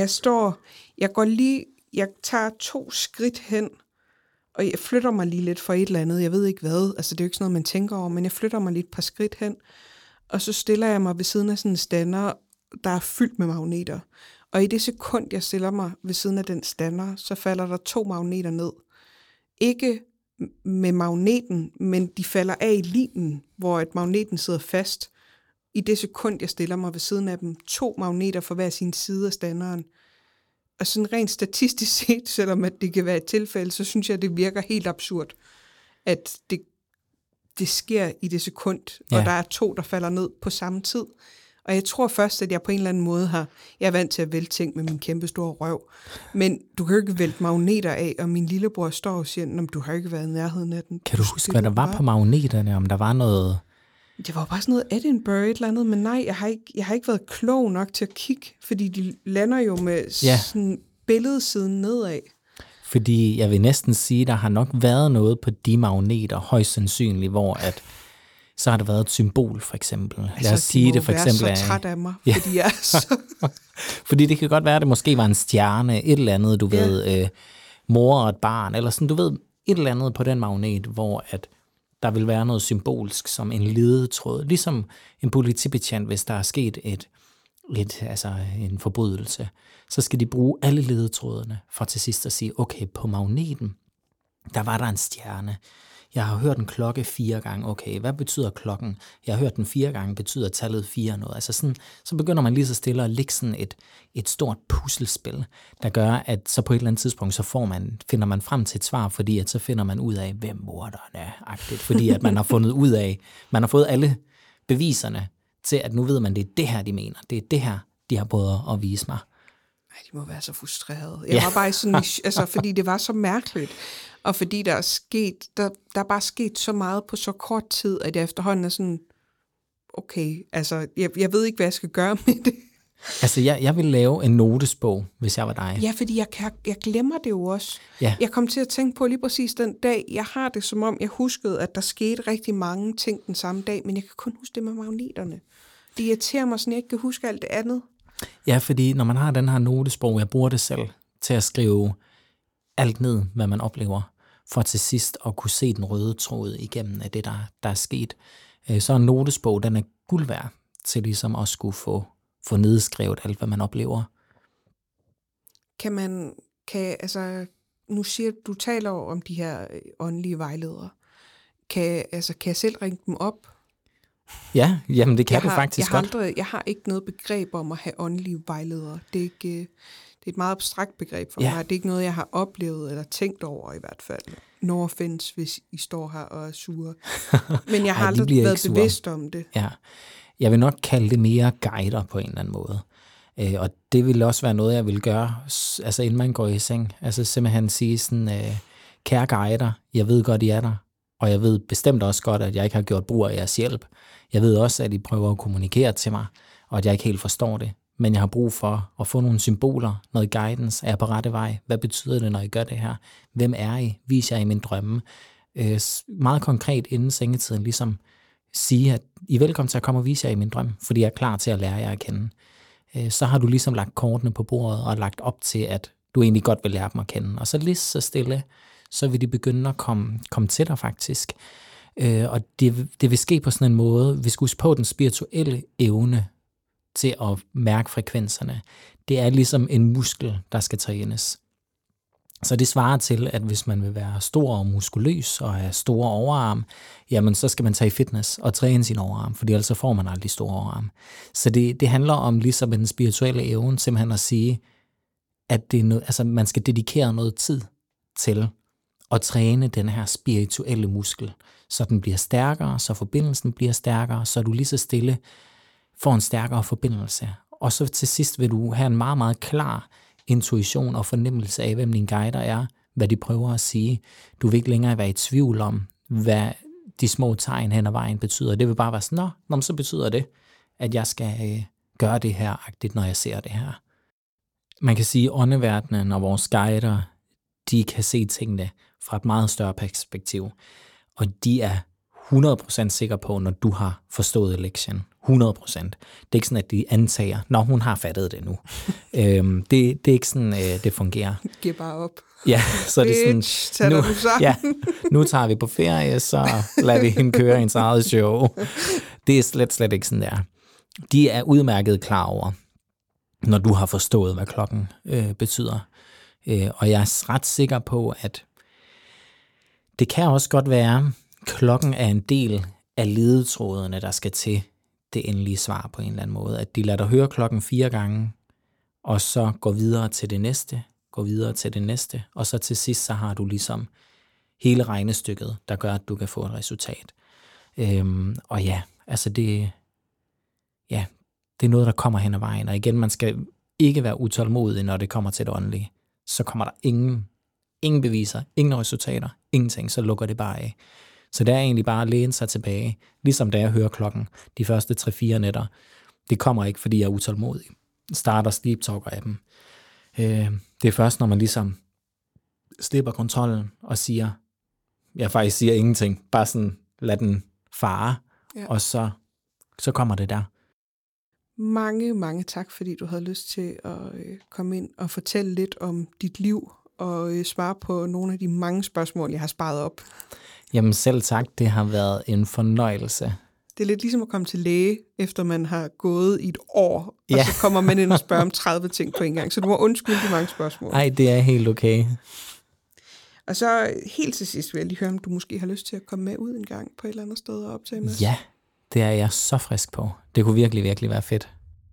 [SPEAKER 1] jeg tager 2 skridt hen, og jeg flytter mig lige lidt for et eller andet. Jeg ved ikke hvad, altså det er jo ikke sådan noget, man tænker over, men jeg flytter mig lige et par skridt hen, og så stiller jeg mig ved siden af sådan en stander, der er fyldt med magneter. Og i det sekund, jeg stiller mig ved siden af den stander, så falder der 2 magneter ned. Ikke med magneten, men de falder af i limen, hvor et magneten sidder fast. I det sekund, jeg stiller mig ved siden af dem, 2 magneter for hver sin side af standeren. Og sådan rent statistisk set, selvom at det kan være et tilfælde, så synes jeg, det virker helt absurd, at det sker i det sekund, og der er 2, der falder ned på samme tid. Og jeg tror først, at jeg på en eller anden måde jeg er vant til at vælte ting med min kæmpe store røv. Men du kan jo ikke vælte magneter af, og min lillebror står og siger, du har ikke været i nærheden af den.
[SPEAKER 2] Kan du huske, hvad der var på magneterne, om der var noget?
[SPEAKER 1] Det var bare sådan noget Edinburgh et eller andet, men nej, jeg har ikke været klog nok til at kigge, fordi de lander jo med sådan billedsiden nedad.
[SPEAKER 2] Fordi jeg vil næsten sige, der har nok været noget på de magneter, højst sandsynligt, hvor at så har der været et symbol, for eksempel.
[SPEAKER 1] Altså, lad os sige det for eksempel. Jeg er så træt af mig, fordi jeg er så...
[SPEAKER 2] Fordi det kan godt være, at det måske var en stjerne, et eller andet, du ved, mor og et barn, eller sådan, du ved, et eller andet på den magnet, hvor at der vil være noget symbolsk som en ledetråd. Ligesom en politibetjent, hvis der er sket en forbrydelse, så skal de bruge alle ledetrådene for til sidst at sige, okay, på magneten, der var der en stjerne. Jeg har hørt en klokke 4 gange. Okay, hvad betyder klokken? Jeg har hørt den 4 gange. Betyder tallet 4 noget? Altså sådan, så begynder man lige så stille at lægge sådan et stort puslespil, der gør, at så på et eller andet tidspunkt, så finder man frem til et svar, fordi at så finder man ud af, hvem morderen er-agtigt. Fordi at man har fundet ud af, man har fået alle beviserne til, at nu ved man, det er det her, de mener. Det er det her, de har prøvet at vise mig.
[SPEAKER 1] Ej, de må være så frustrerede. Jeg var bare sådan, fordi det var så mærkeligt, og fordi der er bare sket så meget på så kort tid, at jeg efterhånden er sådan, okay, altså, jeg ved ikke, hvad jeg skal gøre med det.
[SPEAKER 2] Altså, jeg vil lave en notesbog, hvis jeg var dig.
[SPEAKER 1] Ja, fordi jeg glemmer det jo også. Ja. Jeg kom til at tænke på lige præcis den dag, jeg har det som om, jeg huskede, at der skete rigtig mange ting den samme dag, men jeg kan kun huske det med magneterne. Det irriterer mig sådan, jeg ikke kan huske alt det andet.
[SPEAKER 2] Ja, fordi når man har den her notesbog, jeg bruger det selv til at skrive alt ned, hvad man oplever, for til sidst at kunne se den røde tråd igennem af det, der er sket. Så en notesbog, den er guld værd til ligesom at skulle få nedskrevet alt, hvad man oplever.
[SPEAKER 1] Altså, nu siger du taler om de her åndelige vejledere. Kan jeg selv ringe dem op?
[SPEAKER 2] Ja, jamen det kan du faktisk godt.
[SPEAKER 1] Jeg har ikke noget begreb om at have åndelige vejledere. Det er et meget abstrakt begreb for mig. Det er ikke noget, jeg har oplevet eller tænkt over i hvert fald. No offense, hvis I står her og er sure. Men jeg har aldrig været bevidst om det. Ja.
[SPEAKER 2] Jeg vil nok kalde det mere guider på en eller anden måde. Og det vil også være noget, jeg vil gøre, altså inden man går i seng. Altså simpelthen sige sådan, kære guider, jeg ved godt, I er der. Og jeg ved bestemt også godt, at jeg ikke har gjort brug af jeres hjælp. Jeg ved også, at I prøver at kommunikere til mig, og at jeg ikke helt forstår det. Men jeg har brug for at få nogle symboler, noget guidance. Er jeg på rette vej? Hvad betyder det, når I gør det her? Hvem er I? Vis jer i min drømme. Meget konkret inden sengetiden, ligesom sige, at I er velkommen til at komme og vise jer i min drøm, fordi jeg er klar til at lære jer at kende. Så har du ligesom lagt kortene på bordet og lagt op til, at du egentlig godt vil lære dem at kende. Og så lige så stille, så vil de begynde at komme til dig faktisk. Og det vil ske på sådan en måde, vi skal huske på den spirituelle evne til at mærke frekvenserne. Det er ligesom en muskel, der skal trænes. Så det svarer til, at hvis man vil være stor og muskuløs og have store overarm, jamen så skal man tage i fitness og træne sin overarm, fordi ellers så får man aldrig store overarm. Så det handler om ligesom den spirituelle evne, simpelthen at sige, at man skal dedikere noget tid til at træne den her spirituelle muskel, så den bliver stærkere, så forbindelsen bliver stærkere, så du lige så stille får en stærkere forbindelse. Og så til sidst vil du have en meget, meget klar intuition og fornemmelse af, hvem din guider er, hvad de prøver at sige. Du vil ikke længere være i tvivl om, hvad de små tegn hen ad vejen betyder. Det vil bare være sådan, nå, så betyder det, at jeg skal gøre det her-agtigt, når jeg ser det her. Man kan sige, at åndeverdenen og vores guider, de kan se tingene fra et meget større perspektiv, og de er 100% sikre på, når du har forstået lektien. 100%. Det er ikke sådan, at de antager, når hun har fattet det nu. Det er ikke sådan, det fungerer.
[SPEAKER 1] Giv bare op.
[SPEAKER 2] Ja, så er det sådan, nu tager vi på ferie, så lader vi hende køre ens eget show. Det er slet ikke sådan der. De er udmærket klar over, når du har forstået, hvad klokken betyder. Og jeg er ret sikker på, at det kan også godt være, klokken er en del af ledetrådene, der skal til det endelige svar på en eller anden måde. At de lader dig høre klokken 4 gange, og så går videre til det næste, og så til sidst, så har du ligesom hele regnestykket, der gør, at du kan få et resultat. Og ja, altså det er noget, der kommer hen ad vejen. Og igen, man skal ikke være utålmodig, når det kommer til det åndelige. Så kommer der ingen beviser, ingen resultater, ingenting, så lukker det bare af. Så det er egentlig bare at læne sig tilbage, ligesom da jeg hører klokken de første 3-4 nætter. Det kommer ikke, fordi jeg er utålmodig. Starter sleep talker af dem. Det er først, når man ligesom slipper kontrollen og siger, jeg faktisk siger ingenting, bare sådan lad den fare, og så kommer det der.
[SPEAKER 1] Mange tak, fordi du havde lyst til at komme ind og fortælle lidt om dit liv og svare på nogle af de mange spørgsmål, jeg har sparet op.
[SPEAKER 2] Jamen selv tak, det har været en fornøjelse.
[SPEAKER 1] Det er lidt ligesom at komme til læge, efter man har gået i et år,
[SPEAKER 2] Ja.
[SPEAKER 1] og så kommer man ind og spørger om 30 ting på en gang. Så du må undskylde de mange spørgsmål.
[SPEAKER 2] Nej, det er helt okay.
[SPEAKER 1] Og så helt til sidst vil jeg lige høre, om du måske har lyst til at komme med ud en gang på et eller andet sted og optage med.
[SPEAKER 2] Ja, det er jeg så frisk på. Det kunne virkelig, virkelig være fedt.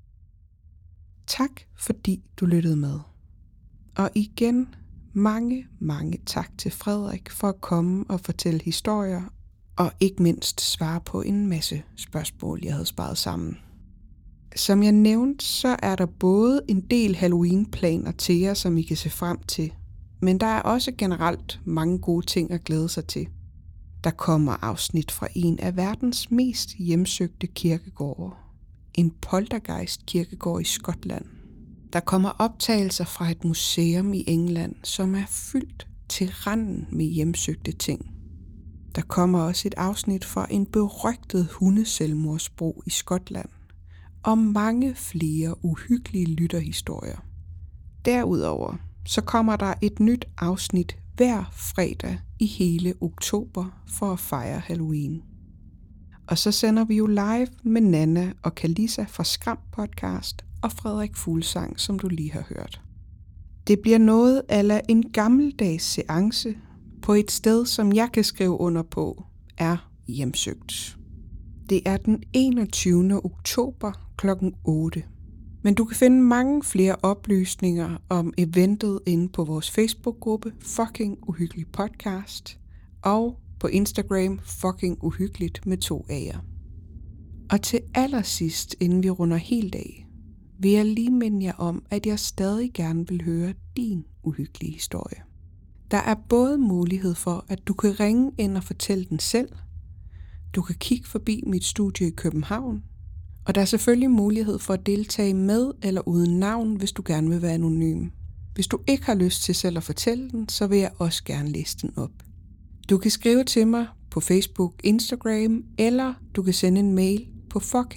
[SPEAKER 1] Tak, fordi du lyttede med. Og igen, mange tak til Frederik for at komme og fortælle historier, og ikke mindst svare på en masse spørgsmål, jeg havde sparet sammen. Som jeg nævnte, så er der både en del Halloween-planer til jer, som I kan se frem til, men der er også generelt mange gode ting at glæde sig til. Der kommer afsnit fra en af verdens mest hjemsøgte kirkegårde, en poltergeist-kirkegård i Skotland. Der kommer optagelser fra et museum i England, som er fyldt til randen med hjemsøgte ting. Der kommer også et afsnit fra en berygtet hundeselvmordsbro i Skotland, og mange flere uhyggelige lytterhistorier. Derudover så kommer der et nyt afsnit hver fredag i hele oktober for at fejre Halloween. Og så sender vi jo live med Nana og Kalisa fra Skram Podcast og Frederik Fuglsang, som du lige har hørt. Det bliver noget ala en gammeldags seance på et sted, som jeg kan skrive under på, er hjemsøgt. Det er den 21. oktober kl. 8. Men du kan finde mange flere oplysninger om eventet inde på vores Facebook-gruppe Fucking Uhyggelig Podcast og på Instagram Fucking Uhyggeligt med 2 A'er. Og til allersidst, inden vi runder helt af, vil jeg lige minde jer om, at jeg stadig gerne vil høre din uhyggelige historie. Der er både mulighed for, at du kan ringe ind og fortælle den selv, du kan kigge forbi mit studie i København, og der er selvfølgelig mulighed for at deltage med eller uden navn, hvis du gerne vil være anonym. Hvis du ikke har lyst til selv at fortælle den, så vil jeg også gerne læse den op. Du kan skrive til mig på Facebook, Instagram, eller du kan sende en mail på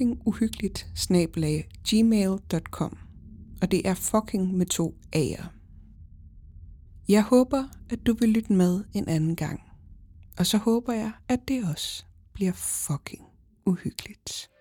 [SPEAKER 1] fuckinguhyggeligt@gmail.com. Og det er fucking med 2 A'er. Jeg håber, at du vil lytte med en anden gang. Og så håber jeg, at det også bliver fucking uhyggeligt.